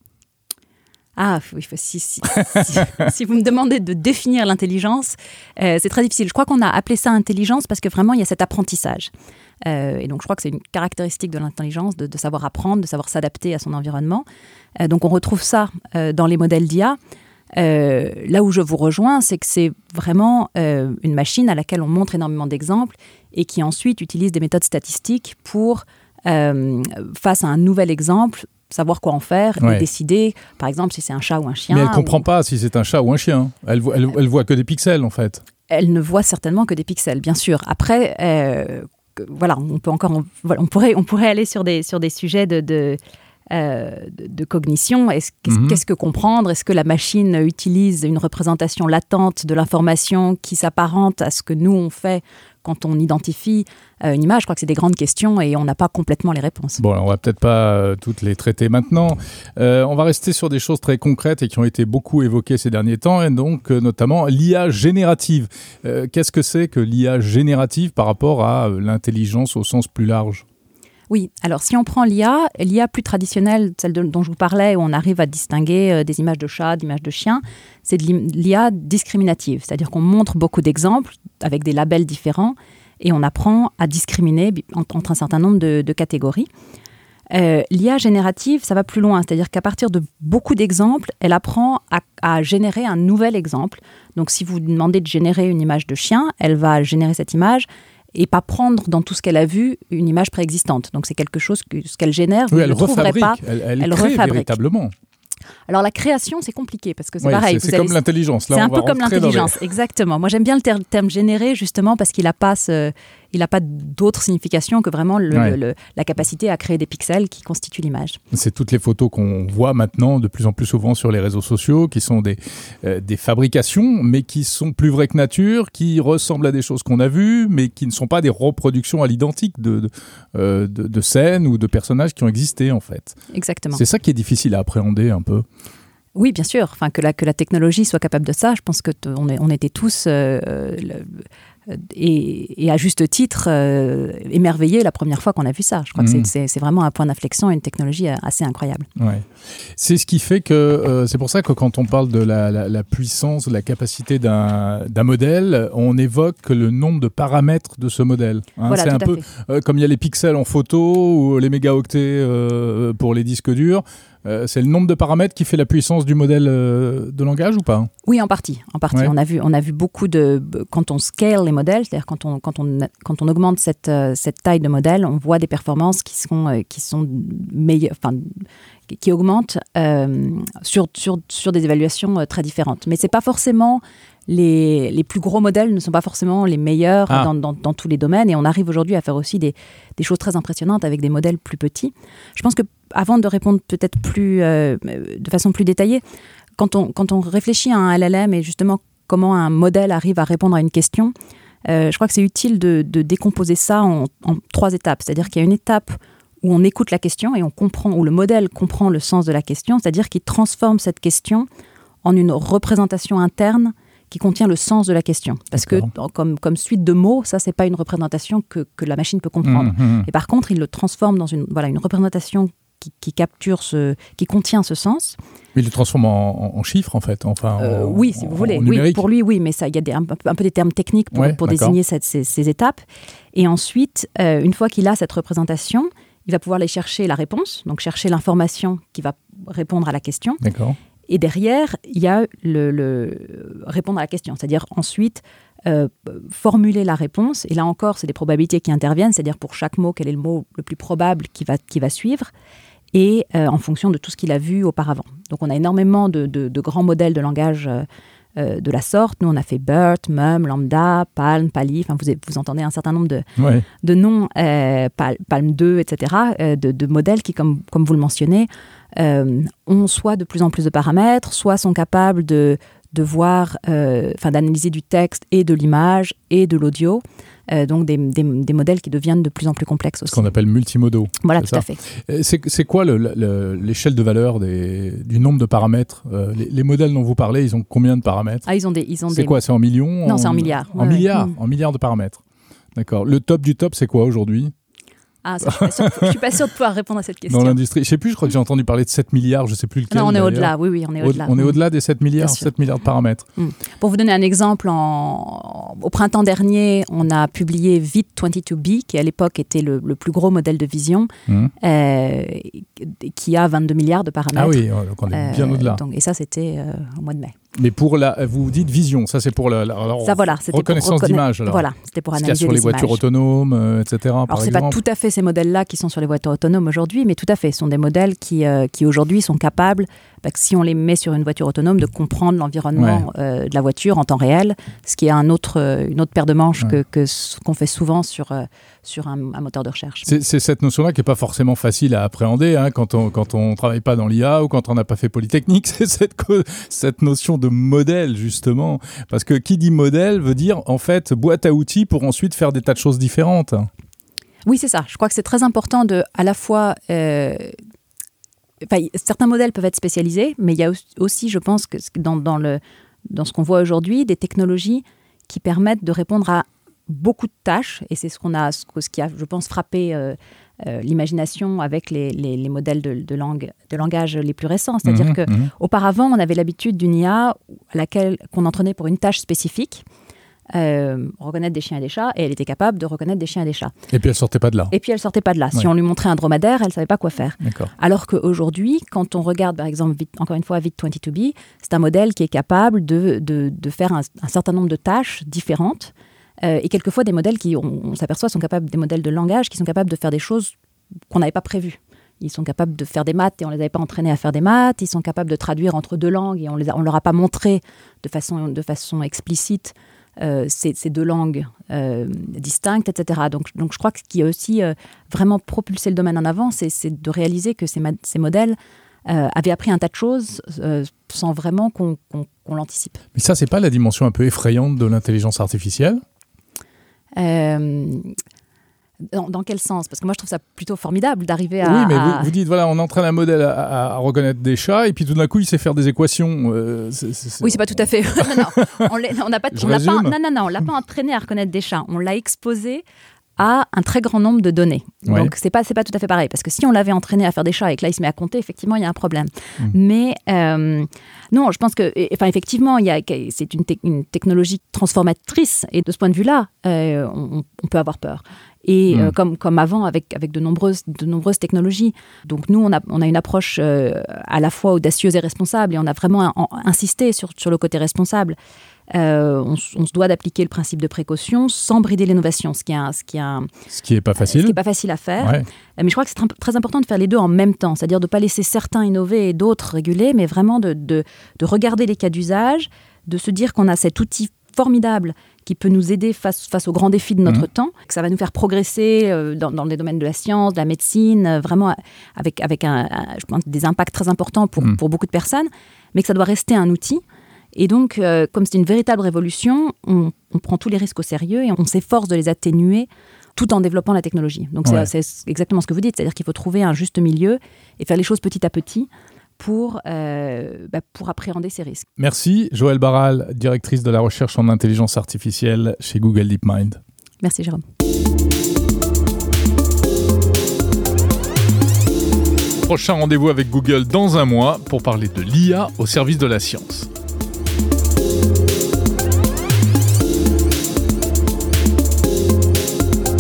Ah, oui, si, si, si, si vous me demandez de définir l'intelligence, euh, c'est très difficile. Je crois qu'on a appelé ça intelligence parce que vraiment, il y a cet apprentissage. Euh, et donc, je crois que c'est une caractéristique de l'intelligence, de, de savoir apprendre, de savoir s'adapter à son environnement. Euh, donc, on retrouve ça euh, dans les modèles d'I A. Euh, là où je vous rejoins, c'est que c'est vraiment euh, une machine à laquelle on montre énormément d'exemples et qui ensuite utilise des méthodes statistiques pour, euh, face à un nouvel exemple, savoir quoi en faire ouais. et décider, par exemple, si c'est un chat ou un chien. Mais elle ne comprend ou... pas si c'est un chat ou un chien. Elle, vo- elle, elle voit que des pixels, en fait. Elle ne voit certainement que des pixels, bien sûr. Après, euh, voilà, on peut encore, on, voilà, on pourrait, on pourrait aller sur des sur des sujets de de, euh, de, de cognition. Est-ce, qu'est-ce, mm-hmm. qu'est-ce que comprendre ? Est-ce que la machine utilise une représentation latente de l'information qui s'apparente à ce que nous on fait quand on identifie euh, une image? Je crois que c'est des grandes questions et on n'a pas complètement les réponses. Bon, alors on va peut-être pas euh, toutes les traiter maintenant. Euh, on va rester sur des choses très concrètes et qui ont été beaucoup évoquées ces derniers temps, et donc euh, notamment l'I A générative. Euh, qu'est-ce que c'est que l'I A générative par rapport à euh, l'intelligence au sens plus large ? Oui, alors si on prend l'I A, l'I A plus traditionnelle, celle de, dont je vous parlais, où on arrive à distinguer euh, des images de chats, d'images de chiens, c'est de l'I A discriminative, c'est-à-dire qu'on montre beaucoup d'exemples avec des labels différents et on apprend à discriminer entre un certain nombre de, de catégories. Euh, L'I A générative, ça va plus loin, c'est-à-dire qu'à partir de beaucoup d'exemples, elle apprend à, à générer un nouvel exemple. Donc si vous demandez de générer une image de chien, elle va générer cette image et pas prendre dans tout ce qu'elle a vu une image préexistante. Donc c'est quelque chose que ce qu'elle génère, vous oui, ne le trouverez pas. Elle, elle, elle crée refabrique. Véritablement. Alors la création, c'est compliqué parce que c'est oui, pareil. C'est, c'est vous comme allez... l'intelligence. Là, c'est on un va peu comme l'intelligence, les... exactement. Moi, j'aime bien le terme, terme généré justement parce qu'il n'a pas, ce, il a pas d'autre signification que vraiment le, ouais. le, la capacité à créer des pixels qui constituent l'image. C'est toutes les photos qu'on voit maintenant de plus en plus souvent sur les réseaux sociaux, qui sont des, euh, des fabrications, mais qui sont plus vraies que nature, qui ressemblent à des choses qu'on a vues, mais qui ne sont pas des reproductions à l'identique de, de, euh, de, de scènes ou de personnages qui ont existé en fait. Exactement. C'est ça qui est difficile à appréhender un peu. Oui, bien sûr. Enfin, que la, que la technologie soit capable de ça, je pense qu'on on était tous, euh, le, et, et à juste titre, euh, émerveillés la première fois qu'on a vu ça. Je crois mmh. que c'est, c'est, c'est vraiment un point d'inflexion et une technologie assez incroyable. Ouais. C'est ce qui fait que, euh, c'est pour ça que quand on parle de la, la, la puissance, la capacité d'un, d'un modèle, on évoque le nombre de paramètres de ce modèle. Hein. Voilà, c'est un peu euh, comme il y a les pixels en photo ou les mégaoctets euh, pour les disques durs. Euh, c'est le nombre de paramètres qui fait la puissance du modèle euh, de langage ou pas ? Oui, en partie. En partie. Ouais. On a vu, on a vu beaucoup de... Quand on scale les modèles, c'est-à-dire quand on, quand on, quand on augmente cette, euh, cette taille de modèle, on voit des performances qui sont, euh, qui sont meilleures, enfin, qui augmentent euh, sur, sur, sur des évaluations euh, très différentes. Mais c'est pas forcément... Les, les plus gros modèles ne sont pas forcément les meilleurs ah. dans, dans, dans tous les domaines. Et on arrive aujourd'hui à faire aussi des, des choses très impressionnantes avec des modèles plus petits. Je pense qu'avant de répondre peut-être plus, euh, de façon plus détaillée, quand on, quand on réfléchit à un L L M et justement comment un modèle arrive à répondre à une question, euh, je crois que c'est utile de, de décomposer ça en, en trois étapes. C'est-à-dire qu'il y a une étape où on écoute la question et on comprend, où le modèle comprend le sens de la question, c'est-à-dire qu'il transforme cette question en une représentation interne qui contient le sens de la question. Parce D'accord. que comme, comme suite de mots, ça, c'est pas une représentation que, que la machine peut comprendre. Mmh, mmh. Et par contre, il le transforme dans une, voilà, une représentation qui, qui capture ce, qui contient ce sens. Mais il le transforme en, en, en chiffres, en fait, enfin euh, en, Oui, si vous voulez. Oui, pour lui, oui, mais ça, il y a des, un, un peu des termes techniques pour, ouais, pour désigner cette, ces, ces étapes. Et ensuite, euh, une fois qu'il a cette représentation, il va pouvoir aller chercher la réponse, donc chercher l'information qui va répondre à la question. D'accord. Et derrière, il y a le, le répondre à la question, c'est-à-dire ensuite euh, formuler la réponse. Et là encore, c'est des probabilités qui interviennent, c'est-à-dire pour chaque mot, quel est le mot le plus probable qui va, qui va suivre, et euh, en fonction de tout ce qu'il a vu auparavant. Donc on a énormément de, de, de grands modèles de langage euh, euh, de la sorte. Nous, on a fait BERT, MUM, Lambda, Palm, Pali. Enfin, vous, vous entendez un certain nombre de, ouais. de noms, euh, Pal, Palm deux, et cetera, euh, de, de modèles qui, comme, comme vous le mentionnez, euh, ont soit de plus en plus de paramètres, soit sont capables de, de voir, euh, enfin, d'analyser du texte et de l'image et de l'audio. Euh, donc des, des, des modèles qui deviennent de plus en plus complexes aussi. Ce qu'on appelle multimodaux. Voilà, tout ça. à fait. C'est, c'est quoi le, le, l'échelle de valeur des, du nombre de paramètres euh, les, les modèles dont vous parlez, ils ont combien de paramètres? Ah, ils ont des, ils ont C'est des... quoi? C'est en millions? Non, en... c'est en milliards. En ouais, milliards, ouais. en milliards de paramètres. D'accord. Le top du top, c'est quoi aujourd'hui? Ah, ça, je ne suis, suis pas sûre de pouvoir répondre à cette question. Dans l'industrie, je ne sais plus, je crois que j'ai entendu parler de sept milliards, je ne sais plus lequel. Non, on est d'ailleurs. au-delà, oui, oui, on est au-delà. On est mmh. au-delà des sept milliards, sept milliards de paramètres. Mmh. Pour vous donner un exemple, en... au printemps dernier, on a publié V I T vingt-deux B, qui à l'époque était le, le plus gros modèle de vision, mmh. euh, qui a vingt-deux milliards de paramètres. Ah oui, donc on est bien euh, au-delà. Donc, et ça, c'était euh, au mois de mai. Mais pour la, vous dites vision, ça c'est pour la, la alors, ça, voilà, c'était reconnaissance pour reconna... d'image. Alors. Voilà, c'était pour analyser ce qu'il y a sur les images. voitures autonomes, euh, et cetera. Alors, ce n'est pas tout à fait ces modèles-là qui sont sur les voitures autonomes aujourd'hui, mais tout à fait, ce sont des modèles qui, euh, qui aujourd'hui sont capables, bah, si on les met sur une voiture autonome, de comprendre l'environnement ouais. euh, de la voiture en temps réel, ce qui est un autre, euh, une autre paire de manches ouais. que, que ce qu'on fait souvent sur, euh, sur un, un moteur de recherche. C'est, c'est cette notion-là qui n'est pas forcément facile à appréhender hein, quand on quand on travaille pas dans l'I A ou quand on n'a pas fait Polytechnique. C'est cette, cette notion de modèle, justement. Parce que qui dit modèle veut dire, en fait, boîte à outils pour ensuite faire des tas de choses différentes. Oui, c'est ça. Je crois que c'est très important de, à la fois... Euh, enfin, certains modèles peuvent être spécialisés, mais il y a aussi, je pense, que dans, dans, le, dans ce qu'on voit aujourd'hui, des technologies qui permettent de répondre à beaucoup de tâches, et c'est ce, qu'on a, ce, ce qui a, je pense, frappé euh, euh, l'imagination avec les, les, les modèles de, de, langue, de langage les plus récents. C'est-à-dire mmh, qu'auparavant, mmh. on avait l'habitude d'une I A à laquelle, qu'on entraînait pour une tâche spécifique, Euh, reconnaître des chiens et des chats, et elle était capable de reconnaître des chiens et des chats. Et puis elle sortait pas de là. Et puis elle sortait pas de là. Ouais. Si on lui montrait un dromadaire, elle savait pas quoi faire. D'accord. Alors qu'aujourd'hui, quand on regarde par exemple, encore une fois, V I T vingt-deux B, c'est un modèle qui est capable de, de, de faire un, un certain nombre de tâches différentes, euh, et quelquefois des modèles qui, on, on s'aperçoit, sont capables, des modèles de langage qui sont capables de faire des choses qu'on n'avait pas prévues. Ils sont capables de faire des maths et on ne les avait pas entraînés à faire des maths. Ils sont capables de traduire entre deux langues et on ne leur a pas montré de façon, de façon explicite Euh, ces, ces deux langues euh, distinctes, et cetera. Donc, donc je crois que ce qui a aussi euh, vraiment propulsé le domaine en avant, c'est, c'est de réaliser que ces, ma- ces modèles euh, avaient appris un tas de choses euh, sans vraiment qu'on, qu'on, qu'on l'anticipe. Mais ça, c'est pas la dimension un peu effrayante de l'intelligence artificielle ? euh, Dans, dans quel sens ? Parce que moi, je trouve ça plutôt formidable d'arriver à... Oui, mais à... Vous, vous dites, voilà, on entraîne un modèle à, à, à reconnaître des chats, et puis tout d'un coup, il sait faire des équations. Euh, c'est, c'est, c'est... Oui, c'est pas tout à fait... non, non, on, on n'a pas... Je on l'a pas, résume. non, non, non, on l'a pas entraîné à reconnaître des chats. On l'a exposé à un très grand nombre de données. Ouais. Donc, c'est pas, c'est pas tout à fait pareil. Parce que si on l'avait entraîné à faire des chats et que là, il se met à compter, effectivement, il y a un problème. Mmh. Mais euh, non, je pense que... Enfin, effectivement, il y a, c'est une, te- une technologie transformatrice. Et de ce point de vue-là, euh, on, on peut avoir peur. Et mmh. euh, comme, comme avant, avec, avec de, nombreuses, de nombreuses technologies. Donc nous, on a, on a une approche euh, à la fois audacieuse et responsable, et on a vraiment un, en, insisté sur, sur le côté responsable. Euh, on, on se doit d'appliquer le principe de précaution sans brider l'innovation, ce qui est, un, ce qui est, un, ce qui est pas facile. Ce qui est pas facile à faire. Ouais. Mais je crois que c'est très important de faire les deux en même temps, c'est-à-dire de ne pas laisser certains innover et d'autres réguler, mais vraiment de, de, de regarder les cas d'usage, de se dire qu'on a cet outil formidable qui peut nous aider face, face aux grands défis de notre mmh. temps, que ça va nous faire progresser euh, dans, dans les domaines de la science, de la médecine, euh, vraiment avec, avec un, un, je pense, des impacts très importants pour, mmh. pour beaucoup de personnes, mais que ça doit rester un outil. Et donc, euh, comme c'est une véritable révolution, on, on prend tous les risques au sérieux et on s'efforce de les atténuer tout en développant la technologie. Donc, ouais. c'est, c'est exactement ce que vous dites, c'est-à-dire qu'il faut trouver un juste milieu et faire les choses petit à petit pour, euh, bah, pour appréhender ces risques. Merci, Joëlle Barral, directrice de la recherche en intelligence artificielle chez Google DeepMind. Merci, Jérôme. Prochain rendez-vous avec Google dans un mois pour parler de l'I A au service de la science.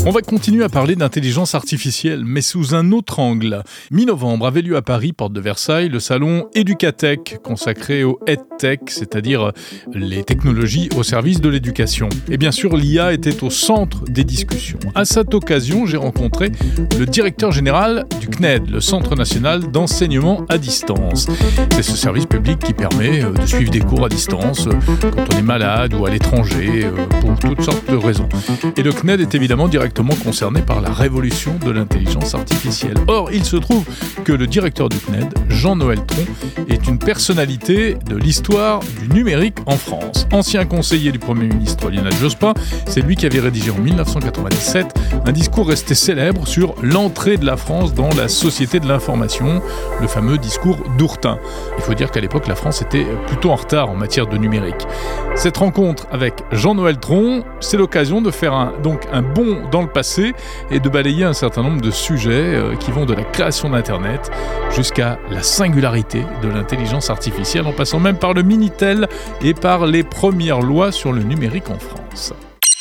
On va continuer à parler d'intelligence artificielle, mais sous un autre angle. Mi-novembre avait lieu à Paris, porte de Versailles, le salon EducaTech, consacré au EdTech, c'est-à-dire les technologies au service de l'éducation. Et bien sûr, l'I A était au centre des discussions. À cette occasion, j'ai rencontré le directeur général du C N E D, le Centre national d'enseignement à distance. C'est ce service public qui permet de suivre des cours à distance quand on est malade ou à l'étranger, pour toutes sortes de raisons. Et le C N E D est évidemment directement concerné par la révolution de l'intelligence artificielle. Or, il se trouve que le directeur du C N E D, Jean-Noël Tron, est une personnalité de l'histoire du numérique en France. Ancien conseiller du Premier ministre Lionel Jospin, c'est lui qui avait rédigé en dix-neuf cent quatre-vingt-dix-sept un discours resté célèbre sur l'entrée de la France dans la société de l'information, le fameux discours d'Ourtin. Il faut dire qu'à l'époque, la France était plutôt en retard en matière de numérique. Cette rencontre avec Jean-Noël Tron, c'est l'occasion de faire un, donc un bond dans le passé et de balayer un certain nombre de sujets euh, qui vont de la création d'Internet jusqu'à la singularité de l'intelligence artificielle, en passant même par le Minitel et par les premières lois sur le numérique en France.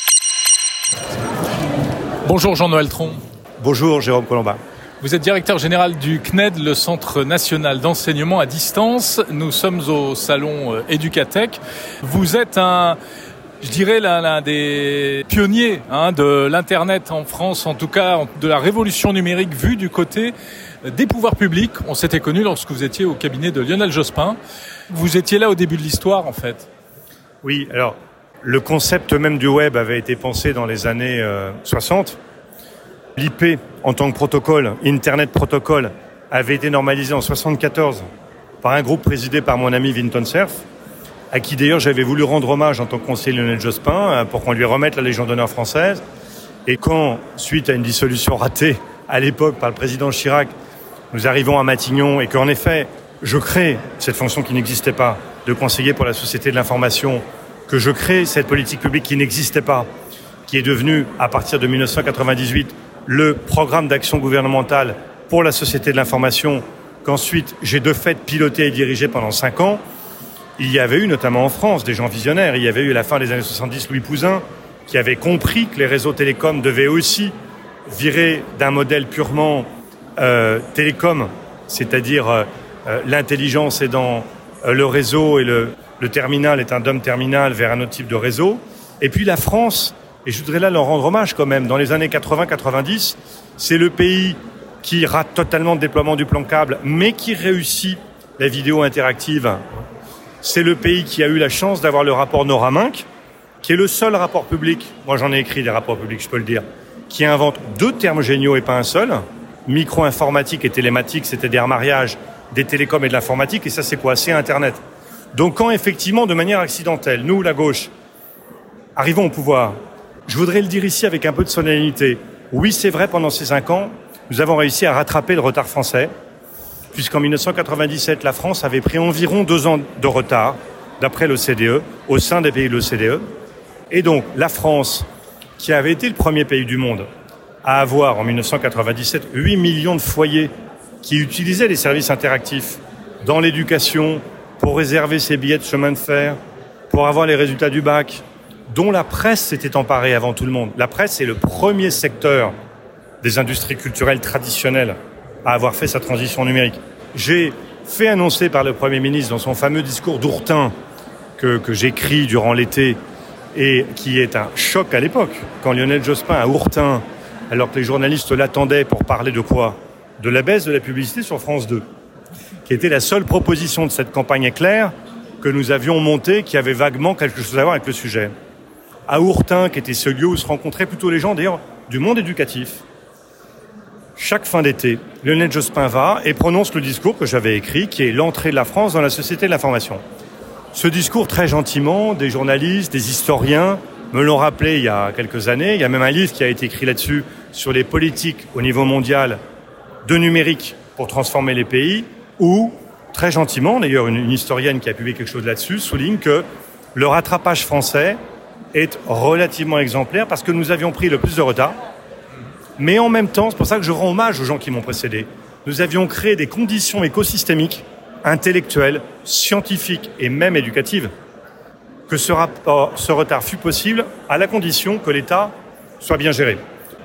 Bonjour Jean-Noël Tron. Bonjour Jérôme Colombin. Vous êtes directeur général du C N E D, le Centre national d'enseignement à distance. Nous sommes au salon euh, EducaTech. Vous êtes un... Je dirais l'un, l'un des pionniers hein, de l'Internet en France, en tout cas de la révolution numérique vue du côté des pouvoirs publics. On s'était connus lorsque vous étiez au cabinet de Lionel Jospin. Vous étiez là au début de l'histoire en fait. Oui, alors le concept même du web avait été pensé dans les années euh, soixante. L'I P en tant que protocole, Internet Protocol, avait été normalisé en soixante-quatorze par un groupe présidé par mon ami Vinton Cerf, à qui d'ailleurs j'avais voulu rendre hommage en tant que conseiller Lionel Jospin pour qu'on lui remette la Légion d'honneur française. Et quand, suite à une dissolution ratée à l'époque par le président Chirac, nous arrivons à Matignon et qu'en effet, je crée cette fonction qui n'existait pas, de conseiller pour la société de l'information, que je crée cette politique publique qui n'existait pas, qui est devenue, à partir de dix-neuf cent quatre-vingt-dix-huit, le programme d'action gouvernementale pour la société de l'information, qu'ensuite j'ai de fait piloté et dirigé pendant cinq ans. Il y avait eu, notamment en France, des gens visionnaires. Il y avait eu, à la fin des années soixante-dix, Louis Pouzin, qui avait compris que les réseaux télécoms devaient aussi virer d'un modèle purement euh, télécom, c'est-à-dire euh, l'intelligence est dans euh, le réseau et le, le terminal est un D O M terminal vers un autre type de réseau. Et puis la France, et je voudrais là leur rendre hommage quand même, dans les années quatre-vingts quatre-vingt-dix, c'est le pays qui rate totalement le déploiement du plan câble, mais qui réussit la vidéo interactive. C'est le pays qui a eu la chance d'avoir le rapport Nora-Mink, qui est le seul rapport public, moi j'en ai écrit des rapports publics, je peux le dire, qui invente deux termes géniaux et pas un seul, micro-informatique et télématique, c'est-à-dire mariage des télécoms et de l'informatique, et ça c'est quoi ? C'est Internet. Donc quand effectivement, de manière accidentelle, nous, la gauche, arrivons au pouvoir, je voudrais le dire ici avec un peu de solennité, oui c'est vrai, pendant ces cinq ans, nous avons réussi à rattraper le retard français, puisqu'en dix-neuf cent quatre-vingt-dix-sept, la France avait pris environ deux ans de retard, d'après l'O C D E, au sein des pays de l'O C D E. Et donc, la France, qui avait été le premier pays du monde à avoir, en dix-neuf cent quatre-vingt-dix-sept, huit millions de foyers qui utilisaient les services interactifs dans l'éducation, pour réserver ses billets de chemin de fer, pour avoir les résultats du bac, dont la presse s'était emparée avant tout le monde. La presse est le premier secteur des industries culturelles traditionnelles à avoir fait sa transition numérique. J'ai fait annoncer par le Premier ministre dans son fameux discours d'Ourtin que, que j'écris durant l'été et qui est un choc à l'époque. Quand Lionel Jospin à Ourtin, alors que les journalistes l'attendaient pour parler de quoi ? De la baisse de la publicité sur France deux, qui était la seule proposition de cette campagne éclair que nous avions montée, qui avait vaguement quelque chose à voir avec le sujet. À Ourtin, qui était ce lieu où se rencontraient plutôt les gens d'ailleurs du monde éducatif, chaque fin d'été, Lionel Jospin va et prononce le discours que j'avais écrit, qui est l'entrée de la France dans la société de l'information. Ce discours, très gentiment, des journalistes, des historiens me l'ont rappelé il y a quelques années. Il y a même un livre qui a été écrit là-dessus sur les politiques au niveau mondial de numérique pour transformer les pays, où, très gentiment, d'ailleurs une, une historienne qui a publié quelque chose là-dessus, souligne que le rattrapage français est relativement exemplaire parce que nous avions pris le plus de retard. Mais en même temps, c'est pour ça que je rends hommage aux gens qui m'ont précédé. Nous avions créé des conditions écosystémiques, intellectuelles, scientifiques et même éducatives, que ce, rapport, ce retard fut possible à la condition que l'État soit bien géré.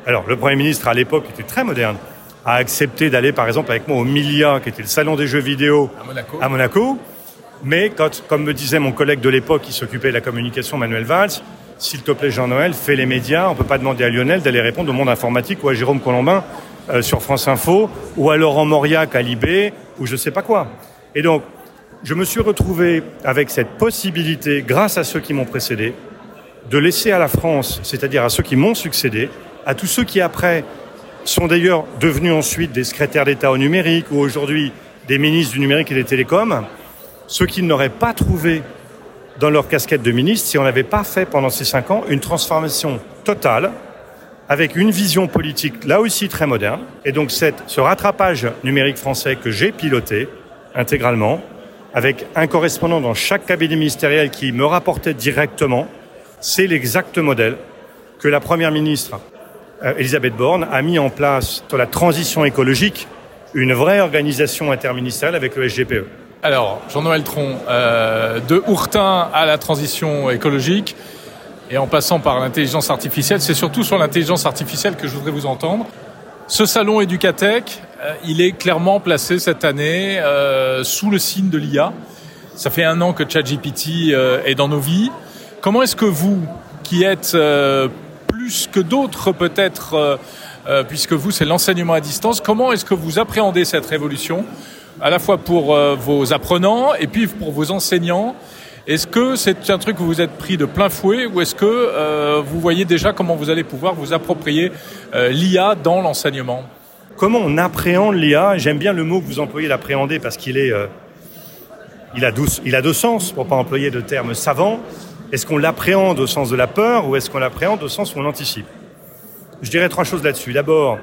Alors, le Premier ministre, à l'époque, était très moderne, a accepté d'aller, par exemple, avec moi au Milia, qui était le salon des jeux vidéo à Monaco. À Monaco. Mais, quand, comme me disait mon collègue de l'époque qui s'occupait de la communication, Manuel Valls, s'il te plaît, Jean-Noël, fais les médias. On ne peut pas demander à Lionel d'aller répondre au Monde informatique ou à Jérôme Colombin euh, sur France Info ou à Laurent Mauriac à Libé ou je ne sais pas quoi. Et donc, je me suis retrouvé avec cette possibilité, grâce à ceux qui m'ont précédé, de laisser à la France, c'est-à-dire à ceux qui m'ont succédé, à tous ceux qui après sont d'ailleurs devenus ensuite des secrétaires d'État au numérique ou aujourd'hui des ministres du numérique et des télécoms, ceux qui n'auraient pas trouvé dans leur casquette de ministre si on n'avait pas fait pendant ces cinq ans une transformation totale avec une vision politique là aussi très moderne. Et donc cette, ce rattrapage numérique français que j'ai piloté intégralement, avec un correspondant dans chaque cabinet ministériel qui me rapportait directement, c'est l'exact modèle que la Première ministre euh, Elisabeth Borne a mis en place sur la transition écologique, une vraie organisation interministérielle avec le S G P E. Alors, Jean-Noël Tron, euh, de Hourtin à la transition écologique, et en passant par l'intelligence artificielle, c'est surtout sur l'intelligence artificielle que je voudrais vous entendre. Ce salon Educatech, euh, il est clairement placé cette année euh, sous le signe de l'I A. Ça fait un an que ChatGPT euh, est dans nos vies. Comment est-ce que vous, qui êtes euh, plus que d'autres peut-être, euh, euh, puisque vous c'est l'enseignement à distance, comment est-ce que vous appréhendez cette révolution, à la fois pour euh, vos apprenants et puis pour vos enseignants? Est-ce que c'est un truc que vous êtes pris de plein fouet ou est-ce que euh, vous voyez déjà comment vous allez pouvoir vous approprier euh, l'I A dans l'enseignement? Comment on appréhende l'I A? J'aime bien le mot que vous employez, l'appréhender, parce qu'il est, euh, il a douce, il a deux sens, pour pas employer de termes savants. Est-ce qu'on l'appréhende au sens de la peur ou est-ce qu'on l'appréhende au sens où on l'anticipe? Je dirais trois choses là-dessus. D'abord,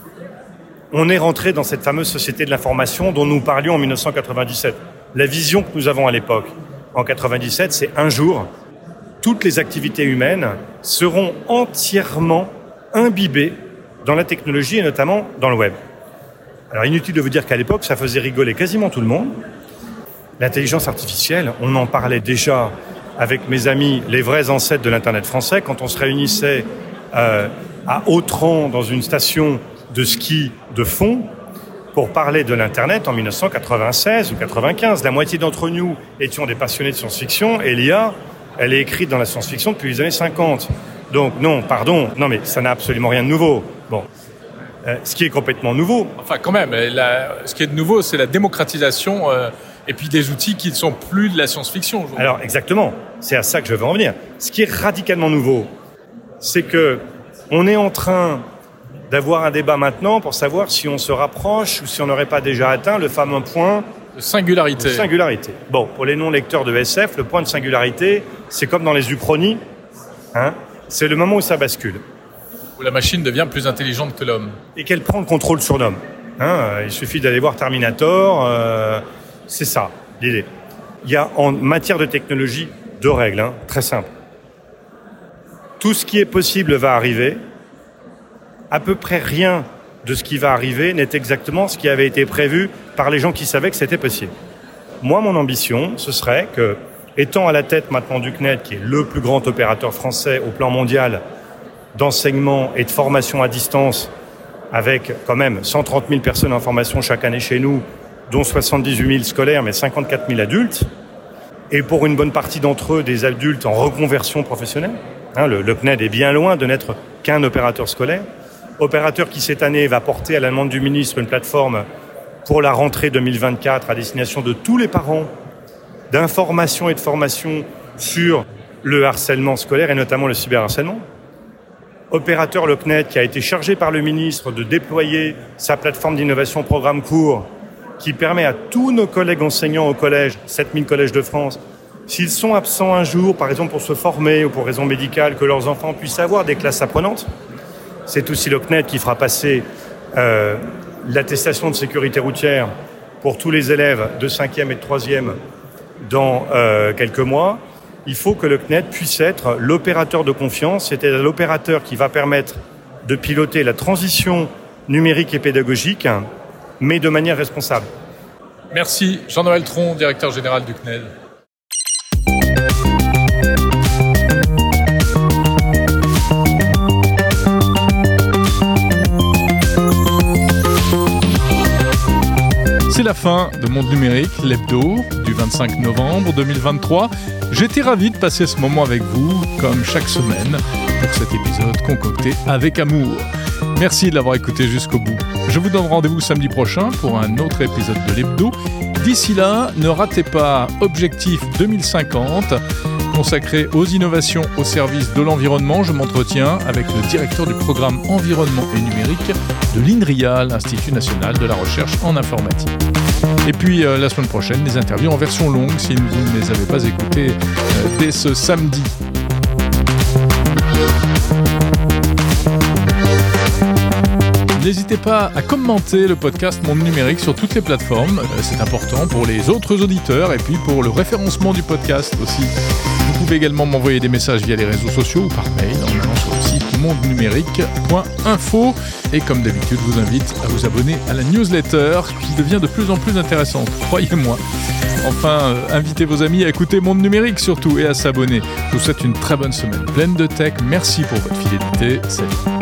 on est rentré dans cette fameuse société de l'information dont nous parlions en dix-neuf cent quatre-vingt-dix-sept. La vision que nous avons à l'époque, en quatre-vingt-dix-sept, c'est un jour, toutes les activités humaines seront entièrement imbibées dans la technologie et notamment dans le web. Alors inutile de vous dire qu'à l'époque, ça faisait rigoler quasiment tout le monde. L'intelligence artificielle, on en parlait déjà avec mes amis, les vrais ancêtres de l'Internet français, quand on se réunissait euh, à Autran dans une station de ski de fond pour parler de l'Internet en dix-neuf cent quatre-vingt-seize ou quatre-vingt-quinze. La moitié d'entre nous étions des passionnés de science-fiction et l'I A, elle est écrite dans la science-fiction depuis les années cinquante. Donc non, pardon, non mais ça n'a absolument rien de nouveau. Bon, euh, ce qui est complètement nouveau... Enfin quand même, la, ce qui est de nouveau, c'est la démocratisation euh, et puis des outils qui ne sont plus de la science-fiction aujourd'hui. Alors exactement, c'est à ça que je veux en venir. Ce qui est radicalement nouveau, c'est que on est en train d'avoir un débat maintenant pour savoir si on se rapproche ou si on n'aurait pas déjà atteint le fameux point de singularité. De singularité. Bon, pour les non-lecteurs de S F, le point de singularité, c'est comme dans les uchronies, hein, c'est le moment où ça bascule. Où la machine devient plus intelligente que l'homme. Et qu'elle prend le contrôle sur l'homme. Hein, il suffit d'aller voir Terminator, euh, c'est ça, l'idée. Il y a en matière de technologie deux règles, hein, très simples. Tout ce qui est possible va arriver. À peu près rien de ce qui va arriver n'est exactement ce qui avait été prévu par les gens qui savaient que c'était possible. Moi, mon ambition, ce serait que, étant à la tête maintenant du C N E D, qui est le plus grand opérateur français au plan mondial d'enseignement et de formation à distance, avec quand même cent trente mille personnes en formation chaque année chez nous, dont soixante-dix-huit mille scolaires, mais cinquante-quatre mille adultes, et pour une bonne partie d'entre eux, des adultes en reconversion professionnelle. Hein, le, le C N E D est bien loin de n'être qu'un opérateur scolaire. Opérateur qui, cette année, va porter à la demande du ministre une plateforme pour la rentrée deux mille vingt-quatre à destination de tous les parents d'information et de formation sur le harcèlement scolaire et notamment le cyberharcèlement. Opérateur, le C N E D, qui a été chargé par le ministre de déployer sa plateforme d'innovation programme court qui permet à tous nos collègues enseignants au collège, sept mille collèges de France, s'ils sont absents un jour, par exemple pour se former ou pour raison médicale, que leurs enfants puissent avoir des classes apprenantes. C'est aussi le C N E D qui fera passer euh, l'attestation de sécurité routière pour tous les élèves de cinquième et de troisième dans euh, quelques mois. Il faut que le C N E D puisse être l'opérateur de confiance, c'est-à-dire l'opérateur qui va permettre de piloter la transition numérique et pédagogique, mais de manière responsable. Merci Jean-Noël Tron, directeur général du C N E D. la fin de Monde Numérique, l'hebdo du vingt-cinq novembre deux mille vingt-trois. J'étais ravi de passer ce moment avec vous, comme chaque semaine, pour cet épisode concocté avec amour. Merci de l'avoir écouté jusqu'au bout. Je vous donne rendez-vous samedi prochain pour un autre épisode de l'hebdo. D'ici là, ne ratez pas Objectif deux mille cinquante, consacré aux innovations au service de l'environnement. Je m'entretiens avec le directeur du programme Environnement et Numérique de l'INRIA, l'Institut National de la Recherche en Informatique. Et puis euh, la semaine prochaine, des interviews en version longue si vous ne les avez pas écoutées euh, dès ce samedi. N'hésitez pas à commenter le podcast Monde Numérique sur toutes les plateformes. C'est important pour les autres auditeurs et puis pour le référencement du podcast aussi. Vous pouvez également m'envoyer des messages via les réseaux sociaux ou par mail en allant sur le site monde numérique point info. Et comme d'habitude, je vous invite à vous abonner à la newsletter qui devient de plus en plus intéressante, croyez-moi. Enfin, euh, invitez vos amis à écouter Monde Numérique surtout et à s'abonner. Je vous souhaite une très bonne semaine pleine de tech. Merci pour votre fidélité. Salut.